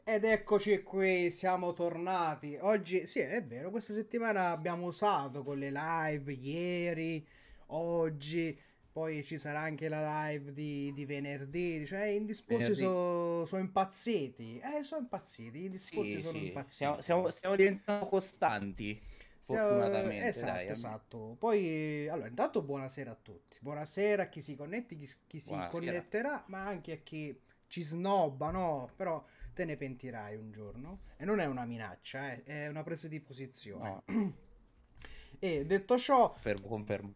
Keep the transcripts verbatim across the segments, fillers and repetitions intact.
Ed eccoci qui, siamo tornati. Oggi, sì, è vero, questa settimana abbiamo usato con le live ieri, oggi, poi ci sarà anche la live di, di venerdì. Cioè, gli indisposti Venerdì. sono impazziti. Eh, sono impazziti, gli indisposti Sì, sono sì, stiamo, impazziti. stiamo- stiamo diventando costanti, Stiamo- fortunatamente, dai. Esatto, almeno- esatto. Poi, allora, intanto buonasera a tutti. Buonasera a chi si connette, chi, chi si Buonasera. connetterà, ma anche a chi ci snobba, no? Però te ne pentirai un giorno. E non è una minaccia, eh, è una presa di posizione. No, E detto ciò, confermo, confermo.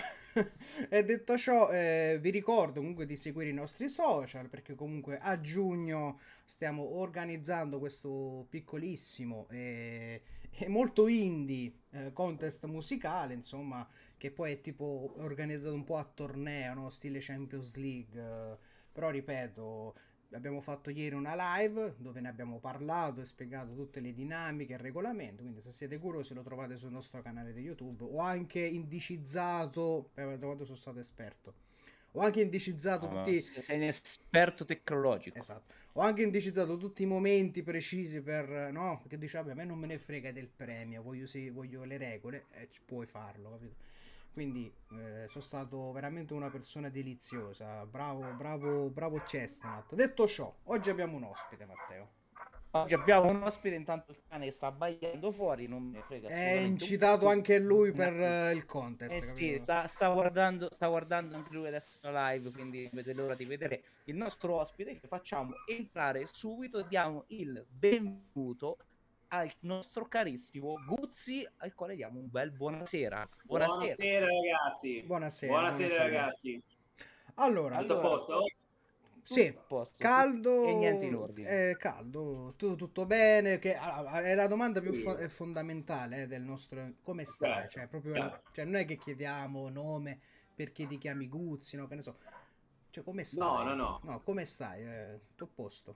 e detto ciò, eh, vi ricordo comunque di seguire i nostri social perché comunque a giugno stiamo organizzando questo piccolissimo e, e molto indie eh, contest musicale, insomma, che poi è tipo organizzato un po' a torneo, no? Stile Champions League. eh, Però ripeto, abbiamo fatto ieri una live dove ne abbiamo parlato e spiegato tutte le dinamiche e il regolamento, quindi se siete curiosi lo trovate sul nostro canale di YouTube. Ho anche indicizzato, eh, da quando sono stato esperto, ho anche indicizzato No, ma tutti, se- sei un esperto tecnologico. esatto, ho anche indicizzato tutti i momenti precisi per, no, perché dice, vabbè, a me non me ne frega del premio, voglio, sì, voglio le regole, e ci puoi farlo, capito? Quindi eh, sono stato veramente una persona deliziosa. Bravo, bravo, bravo Chestnut. Detto ciò, oggi abbiamo un ospite, Matteo. Oggi abbiamo un ospite, intanto il cane sta abbaiando fuori, non me ne frega È assolutamente un incitato cazzo. anche lui per eh, il Eh contest, sì, capito? sta, sta guardando, sta guardando anche lui adesso la live, quindi non vede l'ora di vedere il nostro ospite che facciamo entrare subito e diamo il benvenuto al nostro carissimo Guzzi, al quale diamo un bel buonasera. Buonasera. Buonasera ragazzi, Buonasera, buonasera buonasera. ragazzi, Allora, tutto a Allora, posto? sì, tutto a posto, tutto e niente in caldo, ordine. è caldo, tu, tutto bene? Che, allora, è la domanda più Sì, fo- è fondamentale eh, del nostro, come stai? certo, Cioè, proprio, il- certo. cioè, non è che chiediamo nome perché ti chiami Guzzi, no? Che ne so. Cioè, come No, no, stai? no, No, come stai? Eh, tutto a posto.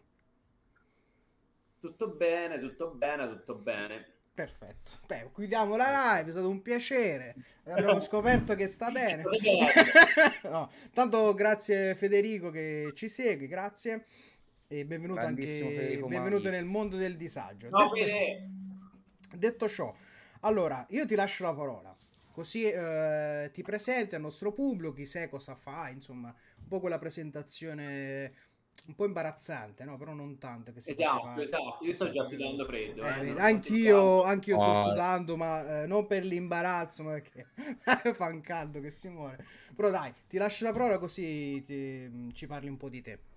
tutto bene, tutto bene, tutto bene. Perfetto. Beh, chiudiamo la live, è Perfetto. stato un piacere. Abbiamo scoperto che sta bene. Potete essere. No, tanto grazie Federico che ci segui, grazie. E benvenuto Grandissimo anche Federico benvenuto Mauri. nel mondo del disagio. No, Detto, Fede, detto ciò, allora io ti lascio la parola. Così eh, ti presenti al nostro pubblico, chi sei, cosa fai, insomma, un po' quella presentazione un po' imbarazzante, no? Però non tanto che si esatto, faceva. esatto, io sto Esatto, già capito? sudando freddo, Eh, eh, vedi, non, non sei caldo. anch'io, anch'io sto Oh, sudando, ma eh, non per l'imbarazzo, ma perché fa un caldo che si muore. Però dai, ti lascio la parola così ti- ci parli un po' di te.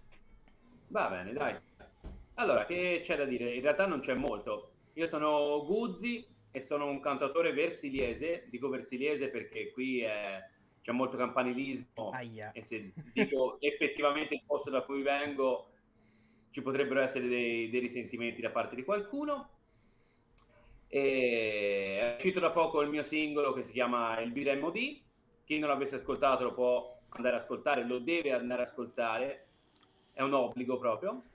Va bene, dai. Allora, che c'è da dire? In realtà non c'è molto. Io sono Guzzi e sono un cantautore versiliese. Dico versiliese perché qui è- c'è molto campanilismo Aia. e se dico effettivamente il posto da cui vengo ci potrebbero essere dei, dei risentimenti da parte di qualcuno. E è uscito da poco il mio singolo che si chiama Elvira M O D. Chi non l'avesse ascoltato lo può andare ad ascoltare, lo deve andare ad ascoltare, è un obbligo proprio.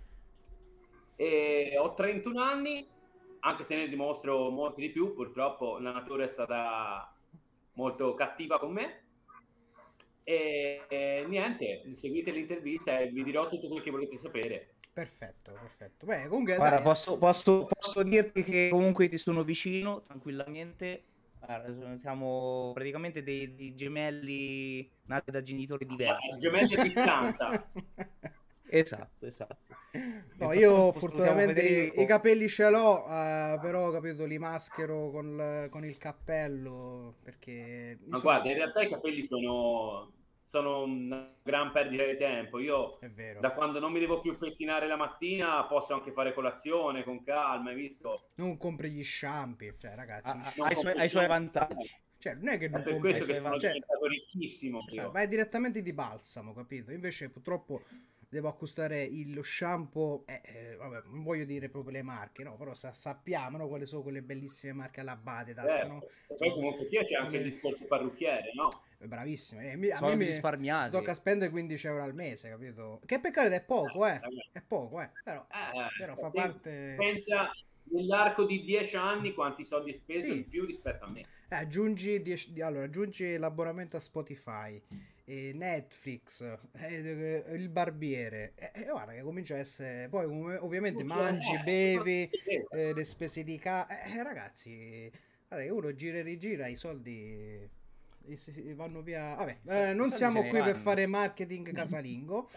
E ho trentuno anni, anche se ne dimostro molti di più, purtroppo la natura è stata molto cattiva con me. E, e niente, seguite l'intervista e vi dirò tutto quello che volete sapere. Perfetto, perfetto. Beh, comunque guarda, dai. posso, posso- posso dirti che comunque ti sono vicino tranquillamente. Guarda, sono- siamo praticamente dei, dei gemelli nati da genitori A diversi. gemelle distanza. Esatto, esatto. No, Nel io frattempo salutiamo fortunatamente i Federico. capelli ce l'ho, eh, però capito, li maschero con, l- con il cappello perché mi Ma sono... guarda, in realtà i capelli sono, sono una gran perdita di tempo. Io È vero. da quando non mi devo più pettinare la mattina posso anche fare colazione con calma, hai visto? Non compri gli shampoo, cioè ragazzi, gli Ha, ha- sh- ha Non i suoi, compro ha i suoi shampoo. vantaggi. cioè non è che È non per Ha compri, i questo che suoi sono cioè vantaggi. diventato ricchissimo esatto, io. vai direttamente di balsamo, capito? Invece purtroppo devo acquistare il- lo shampoo, eh, eh, vabbè, non voglio dire proprio le marche, no, però sa- sappiamo, no, quali sono quelle bellissime marche alla Badedas, no? Certo. E poi Insomma, que- comunque sia c'è anche il quelle discorso parrucchiere, no? bravissime. Eh, mi- a me Soldi mi tocca risparmiati. spendere quindici euro al mese, capito? Che per carità è poco, eh, Eh, è poco, eh, però, però eh, fa te parte... pensa nell'arco di dieci anni quanti soldi hai speso Sì, in più rispetto a me. Eh, aggiungi, dieci di- allora, aggiungi l'abbonamento a Spotify e Netflix, e, e il barbiere, e, e guarda che comincia a essere, poi come- ovviamente mangi, bevi, eh, le spese di casa, eh, ragazzi, guarda che uno gira e rigira, i soldi e si- si- vanno via. Vabbè, I sol- eh, i non soldi se siamo ne qui per vanno. fare marketing casalingo,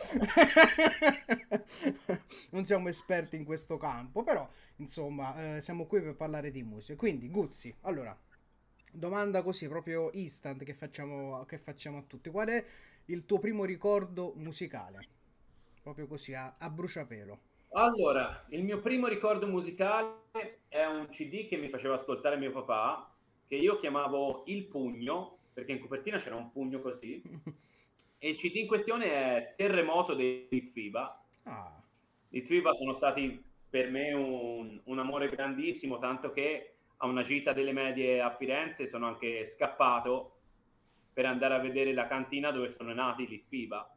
non siamo esperti in questo campo, però insomma, eh, siamo qui per parlare di musica. Quindi, Guzzi, allora, domanda così proprio instant che facciamo, che facciamo a tutti: qual è il tuo primo ricordo musicale? Proprio così, a, a bruciapelo. Allora, il mio primo ricordo musicale è un C D che mi faceva ascoltare mio papà, che io chiamavo Il Pugno, perché in copertina c'era un pugno così, e il C D in questione è Terremoto dei Litfiba. Ah, I Litfiba sono stati per me un, un amore grandissimo, tanto che a una gita delle medie a Firenze sono anche scappato per andare a vedere la cantina dove sono nati i Litfiba,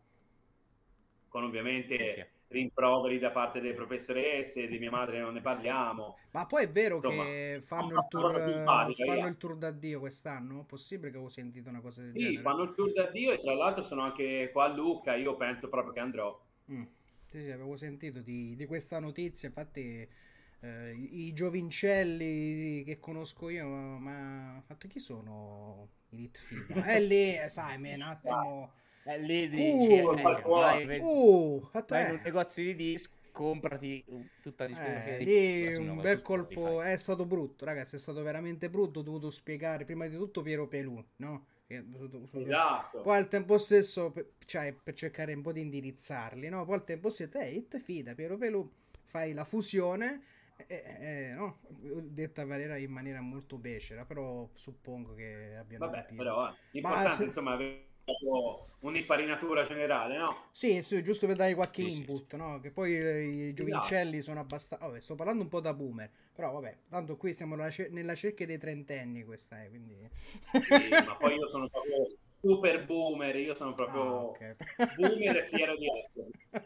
con Minchia. ovviamente rimproveri da parte delle professoresse, di mia madre non ne parliamo. ma poi è vero Insomma, che hanno fanno il fatto una tour, cosa eh, simpatica, fanno via. il tour d'addio quest'anno? Possibile che avevo sentito una cosa del Sì, genere? fanno il tour d'addio e tra l'altro sono anche qua a Lucca, io penso proprio che andrò. Mm. Sì, sì, avevo sentito di, di questa notizia, infatti eh, i, i giovincelli che conosco io, ma, ma fatto chi sono i Litfiba? E lì, eh, sai, me un attimo... Eh, lì dici, Uh, Col eh, vai, palcone. vai, uh, a vai in te. un negozio di dischi, comprati uh, tutta la discografia Eh, di Litfiba, lì se no un vai su bel Spotify. colpo, è stato brutto, ragazzi, è stato veramente brutto, ho dovuto spiegare prima di tutto Piero Pelù, no? Che- Esatto. Poi al tempo stesso, per, cioè, per cercare un po' di indirizzarli, no? Poi al tempo stesso, eh, it fida, Piero Pelù, fai la fusione, eh, eh, no? Detta in maniera, in maniera molto becera, però suppongo che abbiano Vabbè, capito. però eh, Ma l'importante se, insomma è avere proprio un'infarinatura generale, no? sì, sì, giusto per dare qualche Sì, sì, sì. input, no? Che poi eh, i Esatto. giovincelli sono abbastanza... Vabbè, sto parlando un po' da boomer, però vabbè, tanto qui siamo nella, cer- nella cerchia dei trentenni, questa è, quindi... Sì, ma poi io sono proprio super boomer, io sono Ah, proprio ok. boomer e fiero di essere.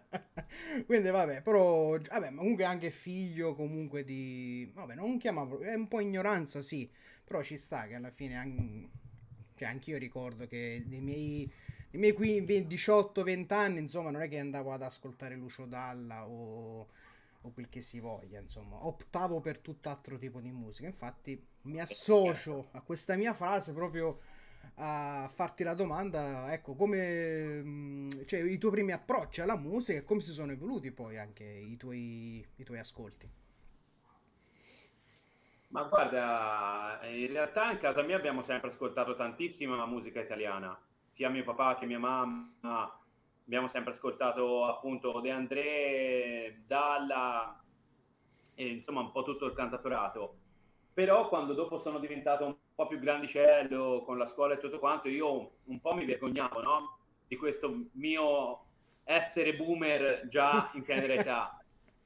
Quindi vabbè, però... Vabbè, ma comunque anche figlio comunque di... Vabbè, non chiamavo... È un po' ignoranza, sì, però ci sta che alla fine... an- Cioè, anch'io ricordo che nei miei... I miei qui diciotto venti anni, insomma, non è che andavo ad ascoltare Lucio Dalla o, o quel che si voglia, insomma, optavo per tutt'altro tipo di musica. Infatti, mi Certo. associo a questa mia frase proprio a farti la domanda, ecco, come, mh, cioè, i tuoi primi approcci alla musica e come si sono evoluti poi anche i tuoi, i tuoi ascolti. Ma guarda, in realtà in casa mia abbiamo sempre ascoltato tantissima musica italiana, sia mio papà che mia mamma, abbiamo sempre ascoltato appunto De André, Dalla, e insomma un po' tutto il cantautorato. Però quando dopo sono diventato un po' più grandicello con la scuola e tutto quanto, io un po' mi vergognavo, no? Di questo mio essere boomer già in tenera età.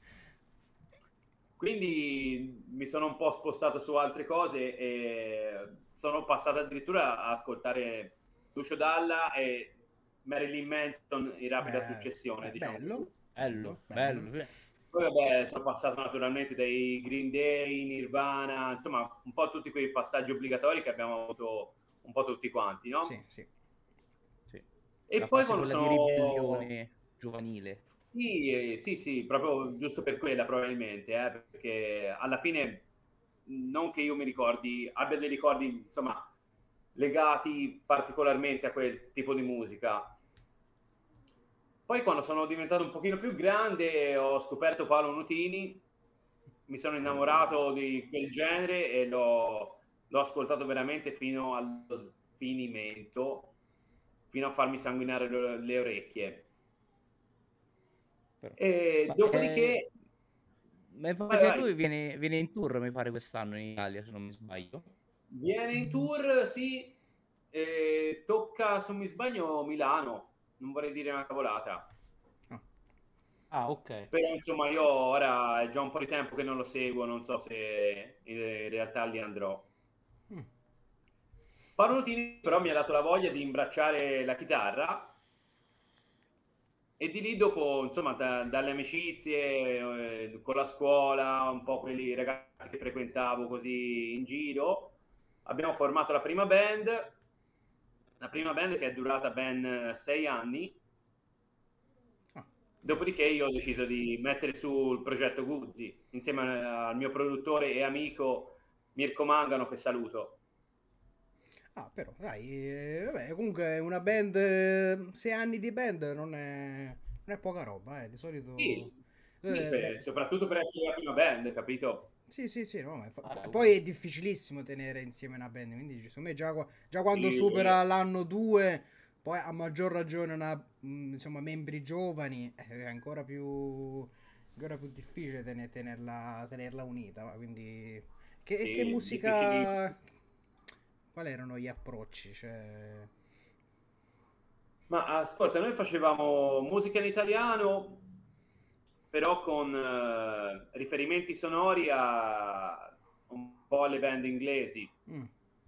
Quindi mi sono un po' spostato su altre cose e sono passato addirittura a ascoltare Lucio Dalla e Marilyn Manson in rapida Beh, successione, beh, diciamo così. bello, bello, Bello, bello. bello. eh. Poi vabbè, sono passato naturalmente dai Green Day, Nirvana, insomma un po' tutti quei passaggi obbligatori che abbiamo avuto un po' tutti quanti, Sì, no? sì. Sì. E La poi fase quando quella di sono... ribellione giovanile. Sì, eh, sì, sì, proprio giusto per quella probabilmente, eh, perché alla fine non che io mi ricordi, abbia dei ricordi, insomma, legati particolarmente a quel tipo di musica. Poi quando sono diventato un pochino più grande ho scoperto Paolo Nutini, mi sono innamorato di quel genere e l'ho, l'ho ascoltato veramente fino allo sfinimento, fino a farmi sanguinare le, le orecchie. Però. E Ma, eh, dopodiché, mi pare vai, che vai, lui viene, viene in tour, mi pare, quest'anno in Italia, se non mi sbaglio. viene in tour, sì, e tocca, se non mi sbaglio, Milano, non vorrei dire una cavolata. Ah. Ah, ok. Però insomma io ora è già un po' di tempo che non lo seguo, non so se in realtà lì andrò. Mm. Parolini però mi ha dato la voglia di imbracciare la chitarra e di lì dopo, insomma, da- dalle amicizie, eh, con la scuola, un po' quelli ragazzi che frequentavo così in giro, abbiamo formato la prima band la prima band che è durata ben sei anni. Ah. Dopodiché io ho deciso di mettere sul progetto Guzzi insieme al mio produttore e amico Mirko Mangano, che saluto. Ah, però, dai, eh, vabbè, comunque una band, eh, sei anni di band non è, non è poca roba, eh, di solito... Sì, sì, eh, per- beh, soprattutto per essere la prima band, capito? sì, sì, sì, no, ma infa- Ah, poi è difficilissimo tenere insieme una band, quindi secondo me già, qua- già quando Sì, supera l'anno due, poi a maggior ragione una, mh, insomma, membri giovani, eh, è ancora più, ancora più difficile tene- tenerla, tenerla unita, va, quindi... Che, e che sì, difficilissimo. musica... Quali erano gli approcci? Cioè... Ma ascolta, noi facevamo musica in italiano, però con eh, riferimenti sonori a un po' alle band inglesi. mm.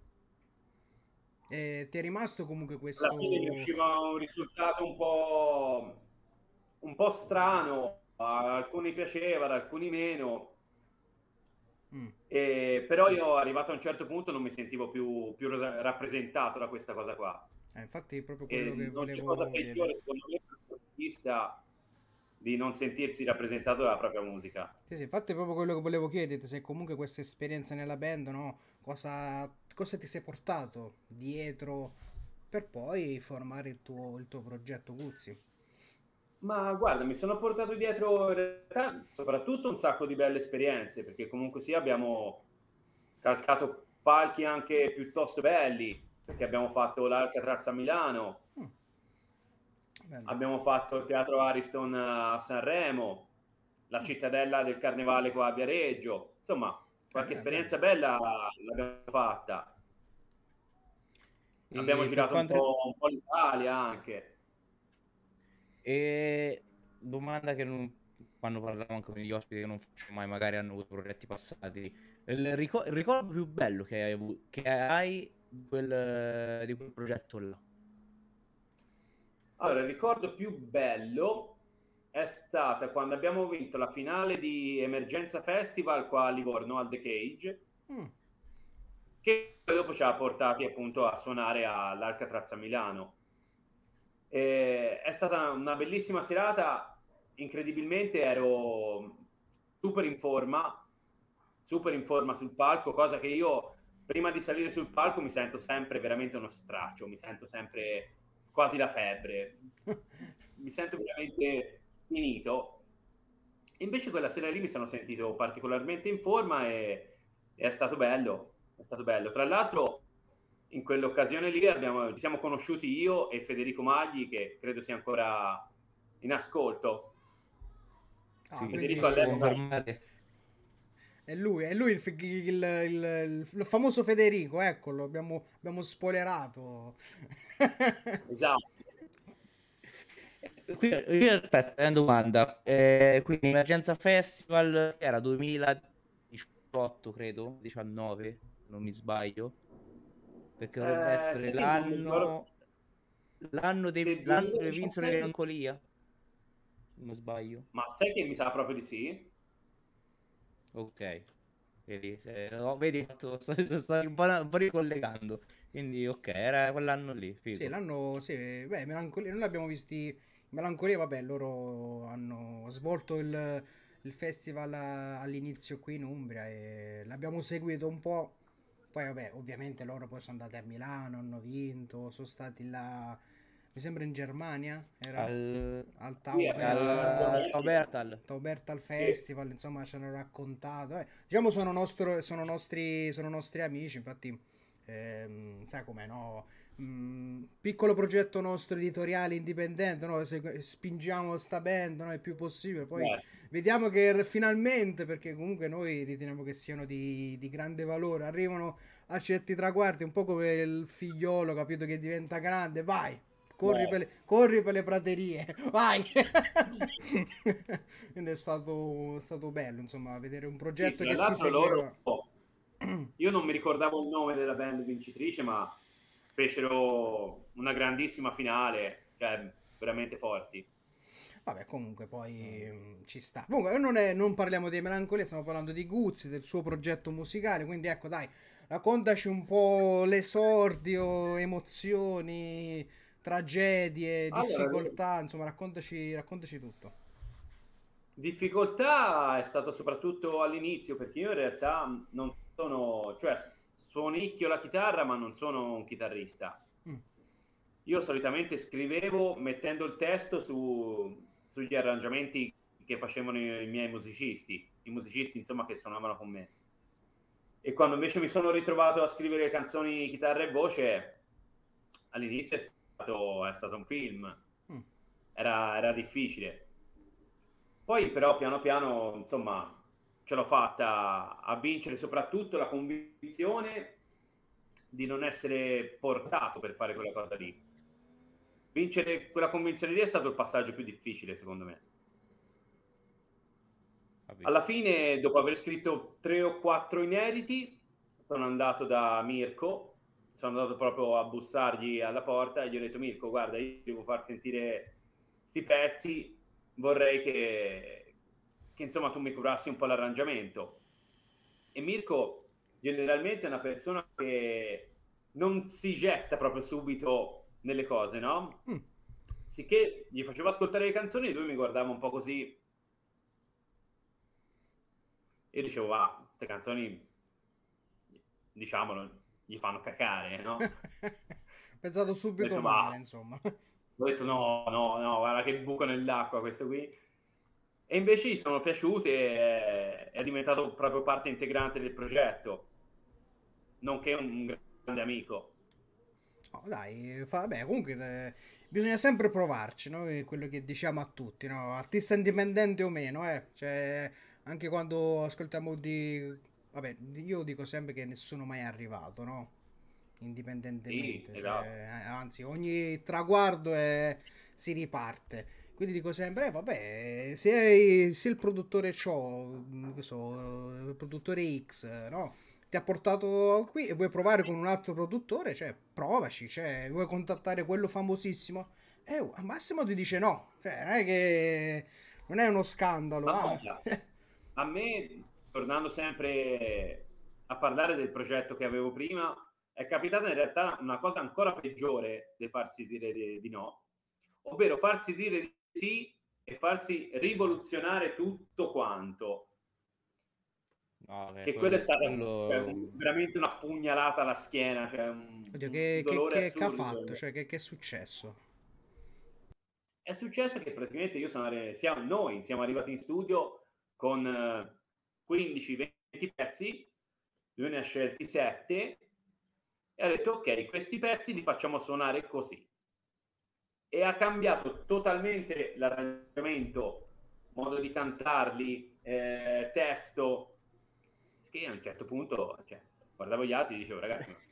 E ti è rimasto comunque Alla fine mi questo... usciva un risultato un po', un po' strano, a alcuni piaceva, ad alcuni meno. Mm. E, però io arrivato a un certo punto non mi sentivo più, più rappresentato da questa cosa qua. Eh, infatti è proprio quello che E non c'è cosa volevo chiedere. peggiore, secondo me, per un artista di non sentirsi rappresentato dalla propria musica. Sì, sì, infatti è proprio quello che volevo chiederti, se comunque questa esperienza nella band, no? Cosa, cosa ti sei portato dietro per poi formare il tuo, il tuo progetto Guzzi? Ma guarda, mi sono portato dietro in realtà soprattutto un sacco di belle esperienze, perché comunque sì, abbiamo calcato palchi anche piuttosto belli, perché abbiamo fatto l'Alcatraz a Milano, Mm, bello. abbiamo fatto il Teatro Ariston a Sanremo, la Mm, Cittadella del Carnevale qua a Viareggio, insomma, eh, qualche beh, bello. esperienza bella l'abbiamo fatta. Abbiamo E per girato un quanto ri- po', un po' l'Italia anche. e domanda che non, quando parliamo anche con gli ospiti che non faccio mai, magari hanno avuto progetti passati, il, ricor- il ricordo più bello che hai avuto, che hai di quel, di quel progetto là? Allora, il ricordo più bello è stata quando abbiamo vinto la finale di Emergenza Festival qua a Livorno, al The Cage, Mm, che dopo ci ha portati appunto a suonare all'Alcatraz a Milano. E è stata una bellissima serata, incredibilmente ero super in forma, super in forma sul palco, cosa che io prima di salire sul palco mi sento sempre veramente uno straccio, mi sento sempre quasi la febbre, mi sento veramente sfinito. Invece quella sera lì mi sono sentito particolarmente in forma e, e è stato bello, è stato bello. Tra l'altro in quell'occasione lì abbiamo, ci siamo conosciuti io e Federico Magli, che credo sia ancora in ascolto. ah, Sì, quindi Federico posso all'epoca, confermare. è lui, è lui il, fi- il- il- il famoso Federico, eccolo, abbiamo, abbiamo spoilerato. esatto. Qui, io aspetta, una domanda. Eh, quindi Emergenza Festival era duemiladiciotto, credo, diciannove, non mi sbaglio, perché dovrebbe Eh, essere sai che non mi ricordo l'anno l'anno se dei- l'anno dove vinsero in duemiladiciassette, melancolia, se non sbaglio. ma sai che mi sa proprio di sì? Ok. Vedi, eh, no, vedi, sto, sto, sto un po', un po' ricollegando. Quindi, ok, era quell'anno lì, Sì, figo. l'hanno, sì, beh, Melancolia, noi l'abbiamo visti, Melancolia, vabbè, loro hanno svolto il, il festival a- all'inizio qui in Umbria e l'abbiamo seguito un po', poi vabbè, ovviamente loro poi sono andati a Milano, hanno vinto, sono stati là, mi sembra in Germania, era Al, al Sì, al, Taubertal, al Taubertal. Taubertal sì. Festival, insomma, ci hanno raccontato, eh, diciamo sono, nostro, sono nostri, sono nostri amici, infatti, ehm, sai com'è, no? Mm, piccolo progetto nostro editoriale indipendente, no? Se spingiamo sta band, no? Il più possibile, poi Eh, vediamo che finalmente, perché comunque noi riteniamo che siano di, di grande valore, arrivano a certi traguardi, un po' come il figliolo, capito, che diventa grande, vai, corri eh. per le, corri per le praterie, vai! Quindi è stato, è stato bello, insomma, vedere un Sì, progetto tra che si l'altro loro, seguiva. io non mi ricordavo il nome della band vincitrice, ma fecero una grandissima finale, cioè veramente forti. Vabbè, comunque poi mm, ci sta. Comunque non, è- non parliamo di Melancolia, stiamo parlando di Guzzi, del suo progetto musicale, quindi ecco dai, raccontaci un po' l'esordio, emozioni, tragedie, Allora, le difficoltà, insomma, raccontaci, raccontaci tutto. difficoltà è stato soprattutto all'inizio, perché io in realtà non sono, cioè suonicchio la chitarra, ma non sono un chitarrista. Mm. Io solitamente scrivevo mettendo il testo su, sugli arrangiamenti che facevano i, i miei musicisti, i musicisti insomma che suonavano con me. E quando invece mi sono ritrovato a scrivere canzoni chitarra e voce, all'inizio è stato, è stato un film, Mm. era, era difficile. Poi però piano piano, insomma, ce l'ho fatta a vincere soprattutto la convinzione di non essere portato per fare quella cosa lì. Vincere quella convinzione lì è stato il passaggio più difficile, secondo me. Capito? Alla fine, dopo aver scritto tre o quattro inediti, sono andato da Mirko, sono andato proprio a bussargli alla porta e gli ho detto: Mirko, guarda, io devo far sentire sti pezzi, vorrei che, che insomma tu mi curassi un po' l'arrangiamento. E Mirko generalmente è una persona che non si getta proprio subito nelle cose, no? Mm. Sicché gli facevo ascoltare le canzoni e lui mi guardava un po' così. E io dicevo, va, queste canzoni, diciamolo, gli fanno cacare, no? Pensato Ho subito detto, male, va. insomma. Ho detto, no, no, no, guarda che buco nell'acqua questo qui. E invece gli sono piaciute e è diventato proprio parte integrante del progetto, nonché un grande amico. No, dai, fa, vabbè, comunque eh, bisogna sempre provarci, no? È quello che diciamo a tutti, no? Artista indipendente o meno, eh. Cioè, anche quando ascoltiamo di... Vabbè, io dico sempre che nessuno mai è arrivato, no? Sì, Indipendentemente, esatto. cioè, eh, anzi, ogni traguardo è... si riparte. Quindi dico sempre, eh, vabbè, se, hai- se il produttore ciò, mm, che so, il produttore X, no? Ti ha portato qui e vuoi provare con un altro produttore, cioè provaci, cioè vuoi contattare quello famosissimo, e uh, al massimo ti dice no, cioè non è che non è uno scandalo, Ma ah. guarda, a me, tornando sempre a parlare del progetto che avevo prima, è capitata in realtà una cosa ancora peggiore del farsi dire di, di no, ovvero farsi dire di sì e farsi rivoluzionare tutto quanto. No, che Che quella è quello, stata cioè, quello... un- veramente una pugnalata alla schiena, cioè un, Oddio, un che, che, dolore che, che ha assurdo. fatto, cioè che, che è successo? È successo che praticamente io sono arri- siamo, noi siamo arrivati in studio con eh, quindici venti pezzi, lui ne ha scelti sette e ha detto ok, questi pezzi li facciamo suonare così. E ha cambiato totalmente l'arrangiamento, modo di cantarli, eh, testo, che a un certo punto cioè, guardavo gli altri e dicevo ragazzi, ma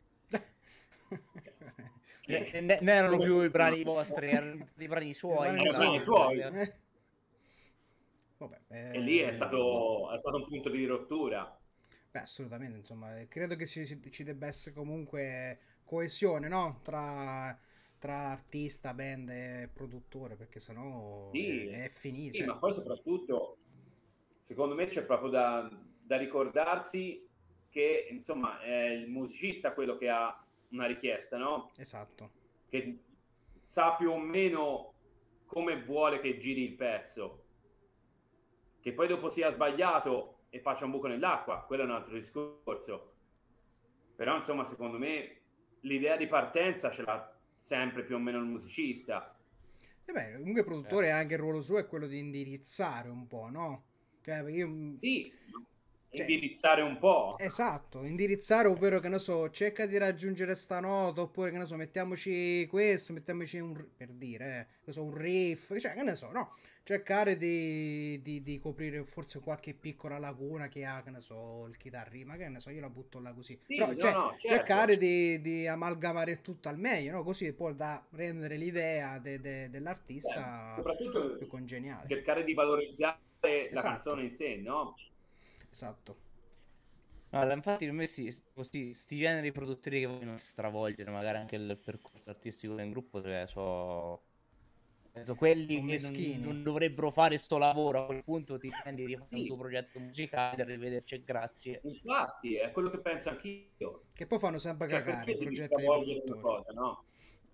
Ne, che, ne- ne erano come più i funziona? brani vostri, erano i brani I suoi in panni Erano brani suoi. suoi. pratica. Eh, vabbè, E lì è eh, stato, è stato un punto di rottura. beh, assolutamente, insomma, eh, credo che ci, ci debba essere comunque coesione, no? Tra, tra artista, band e produttore, perché sennò Sì, è, è finita, sì, cioè, ma poi soprattutto, secondo me c'è proprio da, da ricordarsi che, insomma, è il musicista quello che ha una richiesta, no? esatto. Che sa più o meno come vuole che giri il pezzo. Che poi dopo sia sbagliato e faccia un buco nell'acqua, quello è un altro discorso. Però, insomma, secondo me l'idea di partenza ce l'ha sempre più o meno il musicista. E beh, comunque il Certo. produttore anche il ruolo suo è quello di indirizzare un po', no? Cioè, io, mm, Sì, cioè, indirizzare un po'. esatto, indirizzare, ovvero che ne so, cerca di raggiungere sta nota, oppure che ne so, mettiamoci questo, mettiamoci un, r- per dire, eh, che ne so, un riff, cioè, che ne so, no? Cercare di, di, di coprire forse qualche piccola laguna che ha, che ne so, il chitarrima, che ne so, io la butto là così. Sì, Però, no, cioè, no, certo. cercare di, di amalgamare il tutto al meglio, no? Così poi da rendere l'idea de- de- Beh, dell'artista soprattutto più congeniale. cercare di valorizzare la Esatto, canzone in sé, no? esatto. Allora, infatti, per me sì, così, sti generi produttori che vogliono stravolgere magari anche il percorso artistico del gruppo, cioè, so, Penso, quelli Sono che non, meschini. non dovrebbero fare sto lavoro, a quel punto ti prendi di fare un Sì, tuo progetto musicale, arrivederci e grazie. infatti, è quello che penso anch'io. Che poi fanno sempre Cioè, cagare perché i devi progetti dei stravolgere una produttori. cosa, no?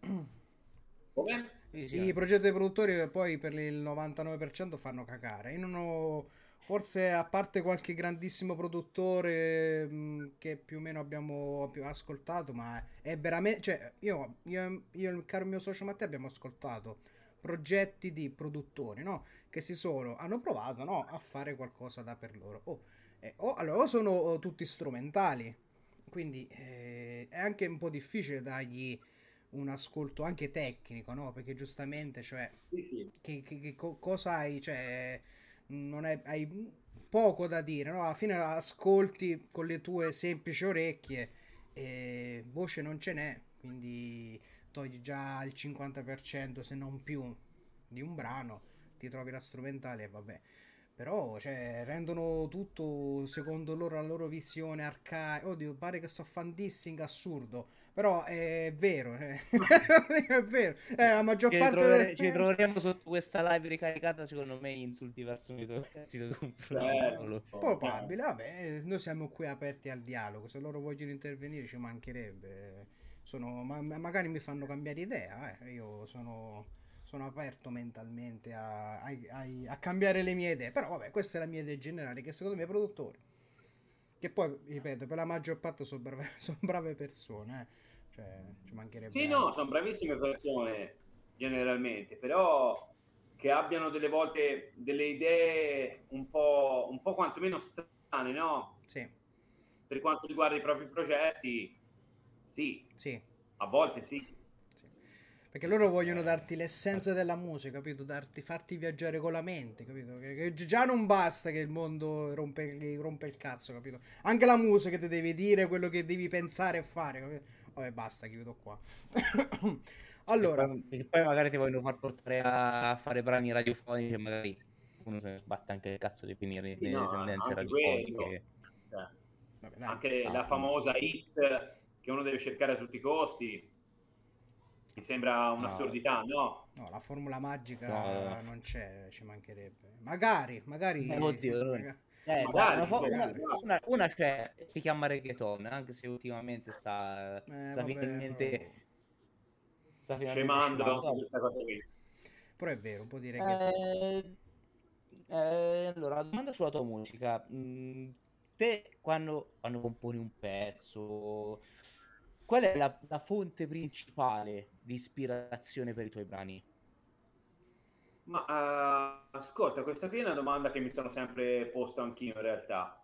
Come? Sì, sì, I progetti dei produttori poi per il novantanove per cento fanno cagare. Io non ho, forse a parte qualche grandissimo produttore mh, che più o meno abbiamo più ascoltato, ma è veramente, cioè io, io, io e il caro mio socio Matteo abbiamo ascoltato progetti di produttori, no? Che si sono, hanno provato, no? A fare qualcosa da per loro. Oh, eh, o allora o sono oh, tutti strumentali, quindi eh, è anche un po' difficile dargli un ascolto anche tecnico, no? Perché giustamente, cioè, Sì, sì. che, che- che co- cosa hai? Cioè, non hai, hai poco da dire, no? Alla fine ascolti con le tue semplici orecchie e voce non ce n'è, quindi togli già il cinquanta per cento se non più di un brano, ti trovi la strumentale e vabbè. Però, cioè, rendono tutto secondo loro la loro visione arcaica. Oddio, pare che sto fan dissing assurdo. Però è vero, eh. È vero. Eh, la maggior Ci, parte ritrovere- ci de- troveremo sotto questa live ricaricata, secondo me, insulti verso i tuoi ragazzi di confronti di loro. Certo, certo. probabile, vabbè, noi siamo qui aperti al dialogo. Se loro vogliono intervenire ci mancherebbe. Sono, ma, ma- magari mi fanno cambiare idea, eh. Io sono, sono aperto mentalmente a, ai- ai- a cambiare le mie idee. Però vabbè, questa è la mia idea generale, che secondo me i produttori, che poi, ripeto, per la maggior parte sono brave, sono brave persone, eh. Cioè, ci mancherebbe Sì, no, altro. sono bravissime persone generalmente, però che abbiano delle volte delle idee un po', un po' quantomeno strane, no? Sì, Per quanto riguarda i propri progetti, sì, sì. a volte sì. Sì. Perché loro vogliono Eh, darti l'essenza della musica, capito? Darti, farti viaggiare con la mente, capito? Che, che già non basta che il mondo rompe, che rompe il cazzo, capito? Anche la musica ti devi dire quello che devi pensare e fare, capito? Vabbè, basta, chiudo qua. E Allora, poi, e poi magari ti vogliono far portare a fare brani radiofonici e magari uno se ne sbatte anche il cazzo di finire sì, nelle no, tendenze anche quello. radiofoniche. Cioè, vabbè, dai. anche Ah, la fine. famosa hit che uno deve cercare a tutti i costi, mi sembra No, un'assurdità, no? No, la formula no, magica non c'è, ci mancherebbe. Magari, eh, magari, oddio, non- maga- eh, guarda, Magari una, ci fo- può una, magari. stare. una, una c'è, si chiama reggaeton, anche se ultimamente sta, Eh, sta vabbè, però... finalmente, sta finalmente Scemando scemando. anche Vabbè. questa cosa qui. Però è vero, un po' di reggaeton. Eh, eh, allora, domanda sulla tua musica. Mm, te quando, quando componi un pezzo, qual è la, la fonte principale di ispirazione per i tuoi brani? Ma eh, ascolta, questa qui è una domanda che mi sono sempre posto anch'io in realtà,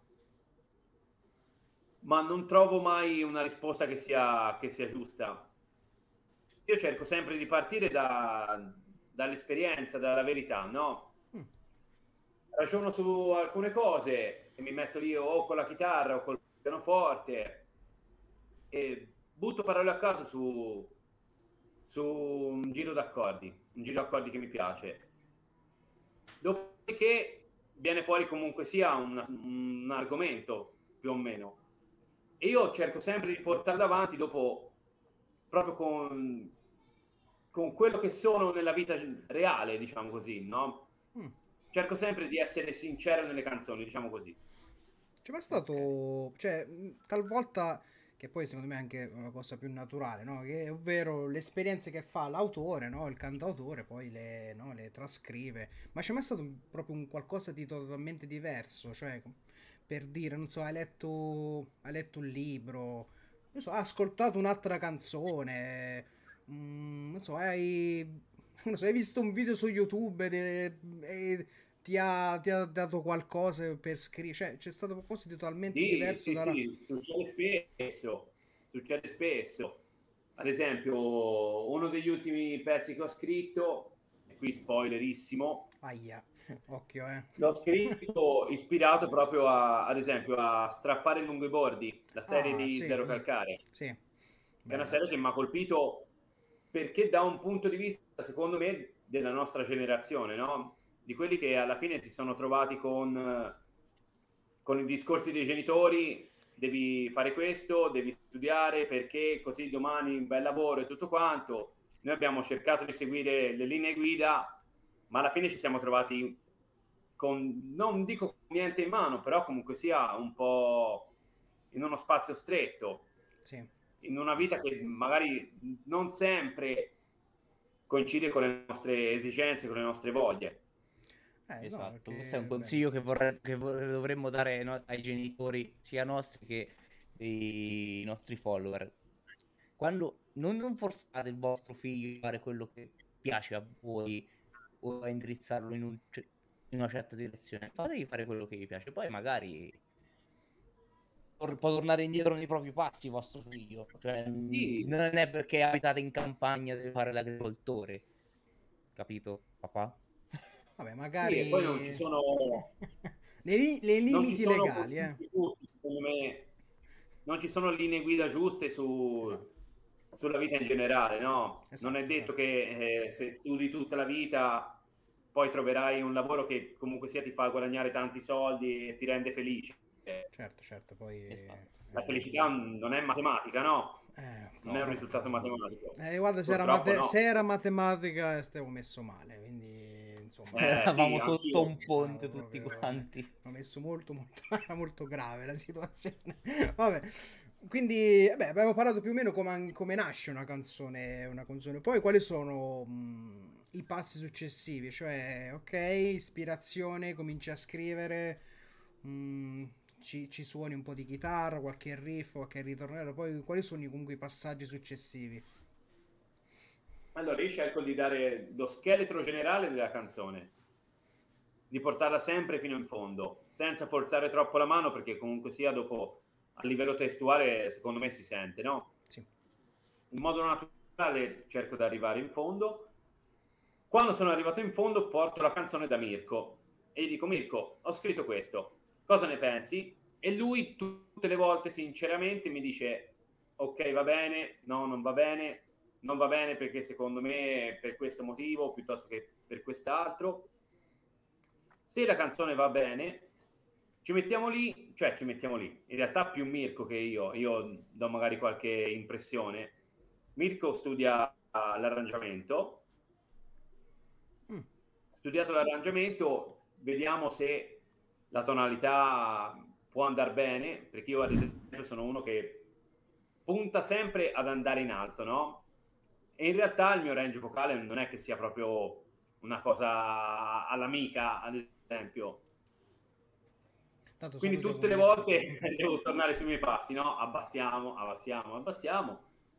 ma non trovo mai una risposta che sia, che sia giusta. Io cerco sempre di partire da- dall'esperienza, dalla verità, no? Mm, Ragiono su alcune cose e mi metto lì o con la chitarra o col pianoforte e butto parole a caso su, su un giro d'accordi, un giro d'accordi che mi piace. Dopodiché viene fuori comunque sia un, un argomento più o meno. E io cerco sempre di portarlo avanti dopo proprio con, con quello che sono nella vita reale, diciamo così, no? mm. Cerco sempre di essere sincero nelle canzoni, diciamo così. C'è mai Ok. stato, cioè, mh, talvolta, che poi secondo me è anche una cosa più naturale, no? Che ovvero le esperienze che fa l'autore, no? Il cantautore poi le, no? Le trascrive. Ma c'è mai stato un- proprio un qualcosa di totalmente diverso? Cioè, per dire, non so, hai letto, hai letto un libro, non so, hai ascoltato un'altra canzone, mm, non so, hai, non so, hai visto un video su YouTube de- e ti ha, ti ha dato qualcosa per scrivere, cioè c'è stato qualcosa di totalmente Sì, diverso sì, dalla... sì, succede spesso, succede spesso. Ad esempio, uno degli ultimi pezzi che ho scritto, e qui spoilerissimo, Aia, occhio, eh. l'ho scritto ispirato proprio a, ad esempio, a Strappare lungo i bordi, la serie Ah, di sì, Zero mm, Calcare, sì, che è una bella. serie che mi ha colpito perché da un punto di vista, secondo me, della nostra generazione, no? Di quelli che alla fine si sono trovati con, eh, con i discorsi dei genitori, devi fare questo, devi studiare perché così domani un bel lavoro e tutto quanto. noi abbiamo cercato di seguire le linee guida, ma alla fine ci siamo trovati con, non dico niente in mano, però comunque sia un po' in uno spazio stretto, sì. in una vita che magari non sempre coincide con le nostre esigenze, con le nostre voglie. Eh, Esatto, no, perché, questo è un consiglio che, vorrei, che vorrei- dovremmo dare, no, ai genitori, sia nostri che dei nostri follower. Quando non, non forzate il vostro figlio a fare quello che piace a voi o a indirizzarlo in, un ce- in una certa direzione, fategli fare quello che gli piace, poi magari tor- può tornare indietro nei propri passi vostro figlio. Cioè, Sì. mh, non è perché abitate in campagna deve fare l'agricoltore, capito, papà? vabbè, Sì, e poi non ci magari sono, le, li- le non ci limiti sono legali, eh. consigli giusti, secondo me, non ci sono linee guida giuste su, Esatto, sulla vita in generale, no? Non è esatto, detto esatto. che eh, se studi tutta la vita poi troverai un lavoro che comunque sia ti fa guadagnare tanti soldi e ti rende felice. Certo, certo, poi Esatto. La eh, felicità non è matematica, no? eh, Non è un porca risultato miseria. matematico. Eh, guarda, se era, Purtroppo mate- no. se era matematica eh, stavo messo male, quindi insomma, Eh, sì, Eravamo sotto anch'io. un stavo ponte tutti proprio, eh, quanti. ho messo molto, molto, era molto grave la situazione. Vabbè, quindi, vabbè, abbiamo parlato più o meno come, come nasce una canzone, una canzone. Poi quali sono mh, i passi successivi? Cioè, ok, ispirazione, cominci a scrivere, mh, ci, ci suoni un po' di chitarra, qualche riff, qualche ritornello. Poi quali sono comunque i passaggi successivi? Allora, io cerco di dare lo scheletro generale della canzone, di portarla sempre fino in fondo, senza forzare troppo la mano, perché comunque sia dopo a livello testuale secondo me si sente, no? Sì. In modo naturale cerco di arrivare in fondo. Quando sono arrivato in fondo porto la canzone da Mirko e gli dico: Mirko, ho scritto questo, cosa ne pensi? E lui tutte le volte sinceramente mi dice: ok, va bene, no, non va bene, non va bene perché secondo me per questo motivo piuttosto che per quest'altro. Se la canzone va bene, ci mettiamo lì, cioè ci mettiamo lì, in realtà più Mirko che io, io do magari qualche impressione. Mirko studia l'arrangiamento, Mm. studiato l'arrangiamento, vediamo se la tonalità può andare bene, perché io ad esempio sono uno che punta sempre ad andare in alto, no? E in realtà il mio range vocale non è che sia proprio una cosa all'amica, ad esempio. Tanto Quindi salutiamo tutte le Mirko. volte devo tornare sui miei passi, no? Abbassiamo, abbassiamo, abbassiamo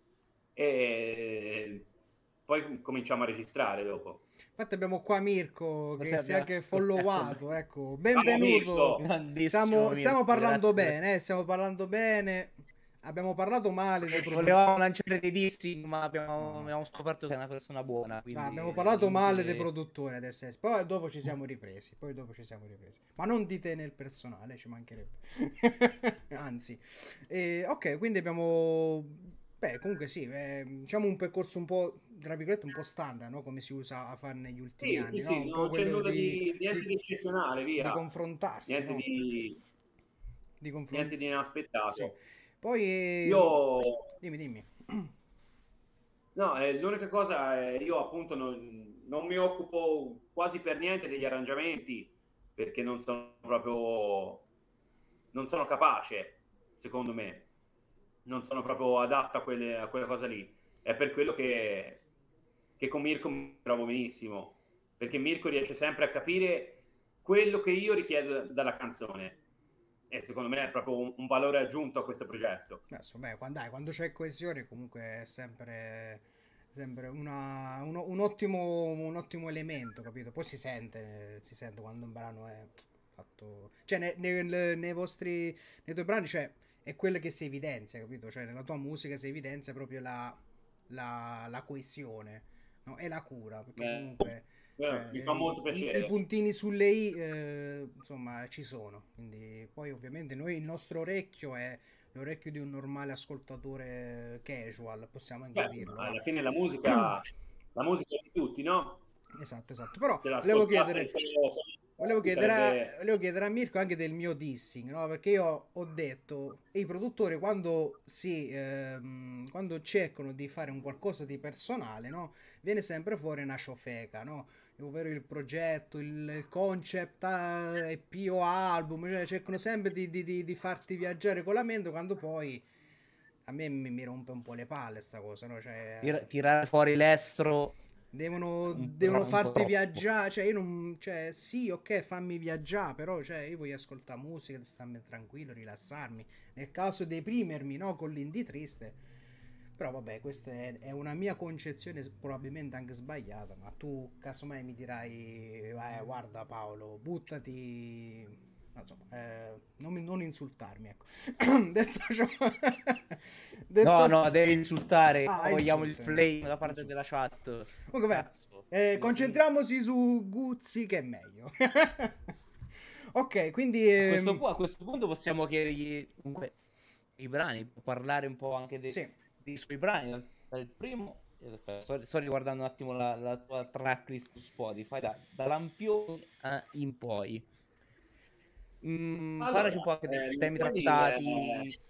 e poi cominciamo a registrare dopo. Infatti abbiamo qua Mirko che Forse si è abbiamo anche toccato followato, me. ecco, Ciao benvenuto. Mirko! Grandissimo Stiamo, stiamo Mirko, parlando grazie per... bene, eh, stiamo parlando bene. Abbiamo parlato male dei produttori. Volevamo lanciare dei dissing, ma abbiamo, No, no. abbiamo scoperto che è una persona buona, Ah, quindi abbiamo è parlato male dei inutile... produttori adesso. Poi dopo ci siamo ripresi. Poi dopo ci siamo ripresi. Ma non di te nel personale, ci mancherebbe. Anzi. Eh, ok, quindi abbiamo. Beh, comunque sì, eh, diciamo un percorso un po', tra virgolette, un po' standard, no? Come si usa a fare negli ultimi Sì, anni, sì, no? sì, Un po' non c'è quello nulla di, di niente di, di eccezionale, di via. confrontarsi, Niente no? di, Di niente confrontarsi. di Sì. inaspettato. Poi, eh, Io, dimmi, dimmi. no, eh, l'unica cosa è io appunto non, non mi occupo quasi per niente degli arrangiamenti perché non sono proprio, non sono capace, secondo me, non sono proprio adatto a, quelle, a quella cosa lì. È per quello che, che con Mirko mi trovo benissimo, perché Mirko riesce sempre a capire quello che io richiedo dalla canzone e secondo me è proprio un, un valore aggiunto a questo progetto. Adesso, beh, quando, dai, quando c'è coesione comunque è sempre, sempre una- uno- un, ottimo, un ottimo elemento, capito? Poi si sente, si sente quando un brano è fatto. Cioè, ne- ne- nei vostri, nei tuoi brani, cioè, è quello che si evidenzia, capito? Cioè, nella tua musica si evidenzia proprio la, la, la coesione, no? E la cura, perché Eh, comunque. eh, Cioè, mi fa i, molto i- i piacere. puntini sulle i, eh, insomma, ci sono. Quindi, poi, ovviamente, noi il nostro orecchio è l'orecchio di un normale ascoltatore casual, possiamo anche Beh, dirlo, va. alla fine la musica, la musica è di tutti, no? Esatto, esatto. Però Se volevo l'ascoltasse chiedere, solo, Volevo Ci chiedere, a, sarebbe... volevo chiedere a Mirko anche del mio dissing, no? Perché io ho detto, e i produttori quando si, ehm, quando cercano di fare un qualcosa di personale, no? Viene sempre fuori una ciofeca, no? Ovvero il progetto, il, il concept, ah, E P o album, cioè cercano sempre di, di- di- di farti viaggiare con la mente quando poi a me mi, mi rompe un po' le palle sta cosa, no? Cioè, Tir- tirare fuori l'estero Devono, un po', devono tro- un po' farti troppo. viaggiare, cioè io non, cioè sì, ok, fammi viaggiare, però cioè io voglio ascoltare musica, starmi tranquillo, rilassarmi, nel caso deprimermi, no, con l'indie triste. Però vabbè, questa è, è una mia concezione probabilmente anche sbagliata, ma tu casomai mi dirai, eh, guarda Paolo, buttati, no, insomma, eh, non, mi- non insultarmi, ecco. Detto ciò, No, detto... no, devi insultare. Ah, Vogliamo il insultami, flame da parte insultami. della chat. Comunque, vabbè, Cazzo. eh, Mi- mi- concentriamoci su Guzzi che è meglio. Ok, quindi A questo, ehm, pu- a questo punto possiamo chiedergli comunque i brani, parlare un po' anche de- sì, dei suoi brani. Dal, dal primo, eh, aspetta, sto, sto riguardando un attimo la, la tua tracklist su Spotify, da, da Lampioni eh, in poi. Mm, parlaci Allora, un po' anche dei eh, temi Lampioni, eh, trattati.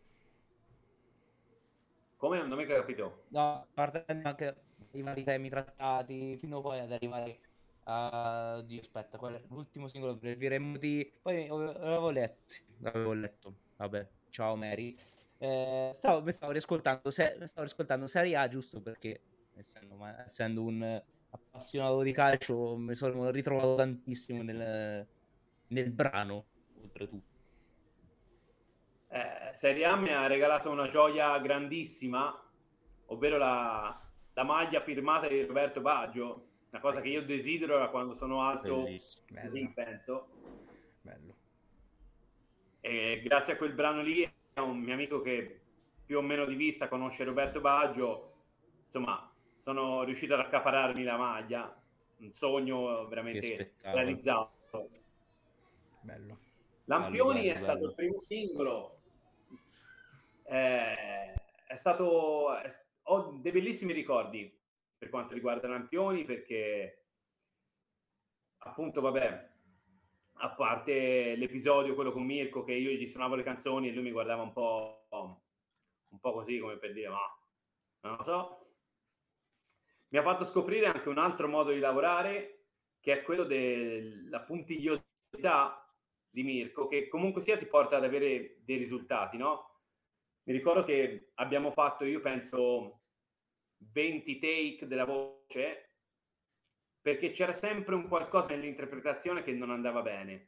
come non ho mica capito? No, partendo anche dai vari temi trattati, fino poi ad arrivare a... Oddio, aspetta, qual è l'ultimo singolo preferiremmo di... Poi ave- avevo letto, l'avevo letto, vabbè, ciao Mary. Eh, stavo, mi stavo riascoltando, se, stavo riscoltando Serie A giusto perché, essendo, ma- essendo un appassionato di calcio, mi sono ritrovato tantissimo nel, nel brano, oltretutto. Eh, Serie A mi ha regalato una gioia grandissima, ovvero la, la maglia firmata di Roberto Baggio, una cosa che io desidero da quando sono alto Bellissimo. così, bello, penso. bello. E grazie a quel brano lì, è un mio amico che più o meno di vista conosce Roberto Baggio, insomma, sono riuscito ad accapararmi la maglia, un sogno Che veramente spettacolo. realizzato. Bello. Bello, Lampioni è bello, stato il bello. primo singolo, eh, è stato, è- ho dei bellissimi ricordi per quanto riguarda Lampioni, perché appunto, vabbè, a parte l'episodio, quello con Mirko, che io gli suonavo le canzoni e lui mi guardava un po', un po' così, come per dire, ma non lo so, mi ha fatto scoprire anche un altro modo di lavorare, che è quello della puntigliosità di Mirko, che comunque sia ti porta ad avere dei risultati, no? Mi ricordo che abbiamo fatto, io penso, venti take della voce, perché c'era sempre un qualcosa nell'interpretazione che non andava bene.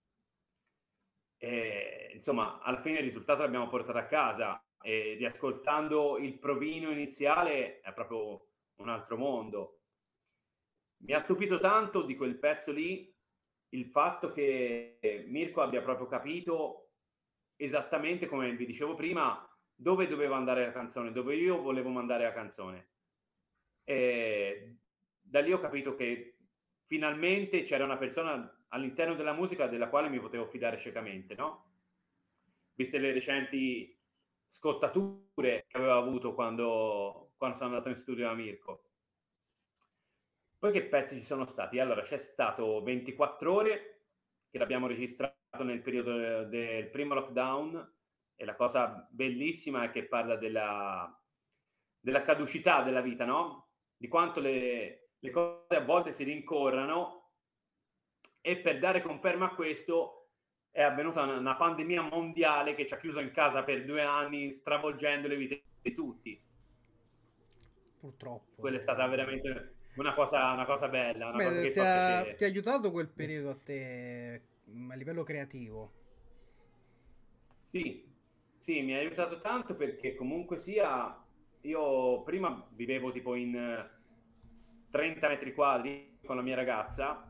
E, insomma, alla fine il risultato l'abbiamo portato a casa e riascoltando il provino iniziale è proprio un altro mondo. Mi ha stupito tanto di quel pezzo lì il fatto che Mirko abbia proprio capito esattamente, come vi dicevo prima, dove doveva andare la canzone, dove io volevo mandare la canzone. E da lì ho capito che finalmente c'era una persona all'interno della musica della quale mi potevo fidare ciecamente, no? Viste le recenti scottature che aveva avuto quando, quando sono andato in studio da Mirko. Poi che pezzi ci sono stati? Allora, c'è stato ventiquattro ore, che l'abbiamo registrato nel periodo del primo lockdown, e la cosa bellissima è che parla della, della caducità della vita, no? Di quanto le, le cose a volte si rincorrano, e per dare conferma a questo è avvenuta una, una pandemia mondiale che ci ha chiuso in casa per due anni, stravolgendo le vite di tutti. Purtroppo. Quella è stata eh. veramente una cosa, una cosa bella, una cosa Come che ti fa ha, ti ha piacere. aiutato quel periodo a te mm, a livello creativo? Sì, sì, mi ha aiutato tanto perché comunque sia, io prima vivevo tipo in eh, trenta metri quadri con la mia ragazza,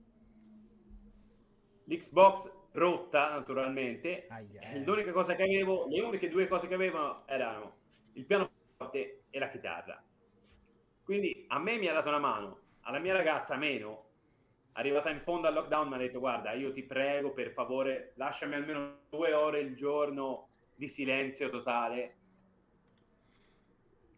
l'Xbox rotta naturalmente, Aia, e eh. l'unica cosa che avevo, le uniche due cose che avevo erano il pianoforte e la chitarra. Quindi a me mi ha dato una mano, alla mia ragazza meno. Arrivata in fondo al lockdown mi ha detto: guarda, io ti prego, per favore, lasciami almeno due ore il giorno di silenzio totale.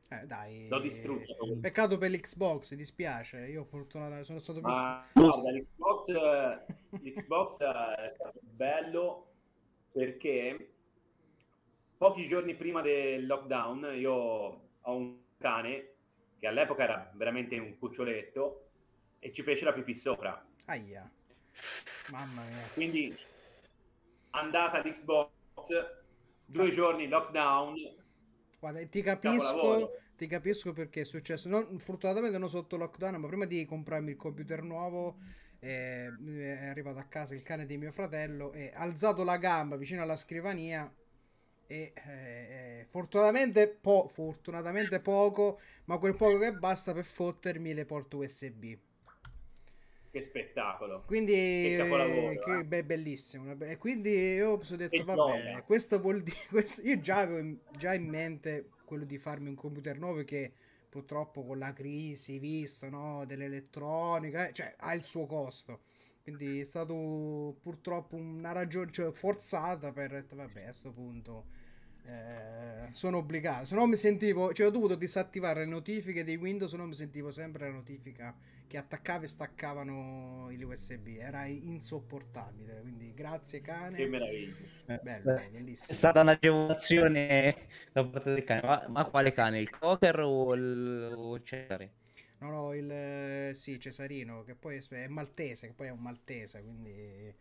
Eh, dai. L'ho distrutto. Peccato per l'Xbox, dispiace. Io fortunatamente sono stato più... Ma guarda, l'Xbox, l'Xbox è stato bello perché pochi giorni prima del lockdown io ho un cane che all'epoca era veramente un cuccioletto e ci fece la pipì sopra. Aia. Mamma mia. Quindi andata all'Xbox, due giorni lockdown, Guarda, ti capolavoro. capisco, ti capisco perché è successo. Non, fortunatamente non sotto lockdown, ma prima di comprarmi il computer nuovo, eh, è arrivato a casa il cane di mio fratello e ha alzato la gamba vicino alla scrivania. E eh, fortunatamente, po- fortunatamente poco, ma quel poco che basta per fottermi le porte U S B. Che spettacolo, Quindi, che eh, capolavoro, che eh? be- bellissimo. E quindi io mi sono detto, Che vabbè, gioia. questo vuol dire, questo- io già avevo in, già in mente quello di farmi un computer nuovo che purtroppo con la crisi, visto, no, dell'elettronica, eh, cioè ha il suo costo. Quindi è stato purtroppo una ragione, cioè forzata per, detto, vabbè, a questo punto eh, sono obbligato. Se no mi sentivo, cioè ho dovuto disattivare le notifiche dei Windows, se no mi sentivo sempre la notifica che attaccava e staccavano gli U S B, era insopportabile. Quindi grazie Che cane, meraviglia. Eh, bello, È bellissimo. stata un'agevolazione da parte del cane. Ma, ma quale cane? Il Cocker o il, o il Cesare? No, no, il eh, sì, Cesarino, che poi è, è maltese, che poi è un maltese, quindi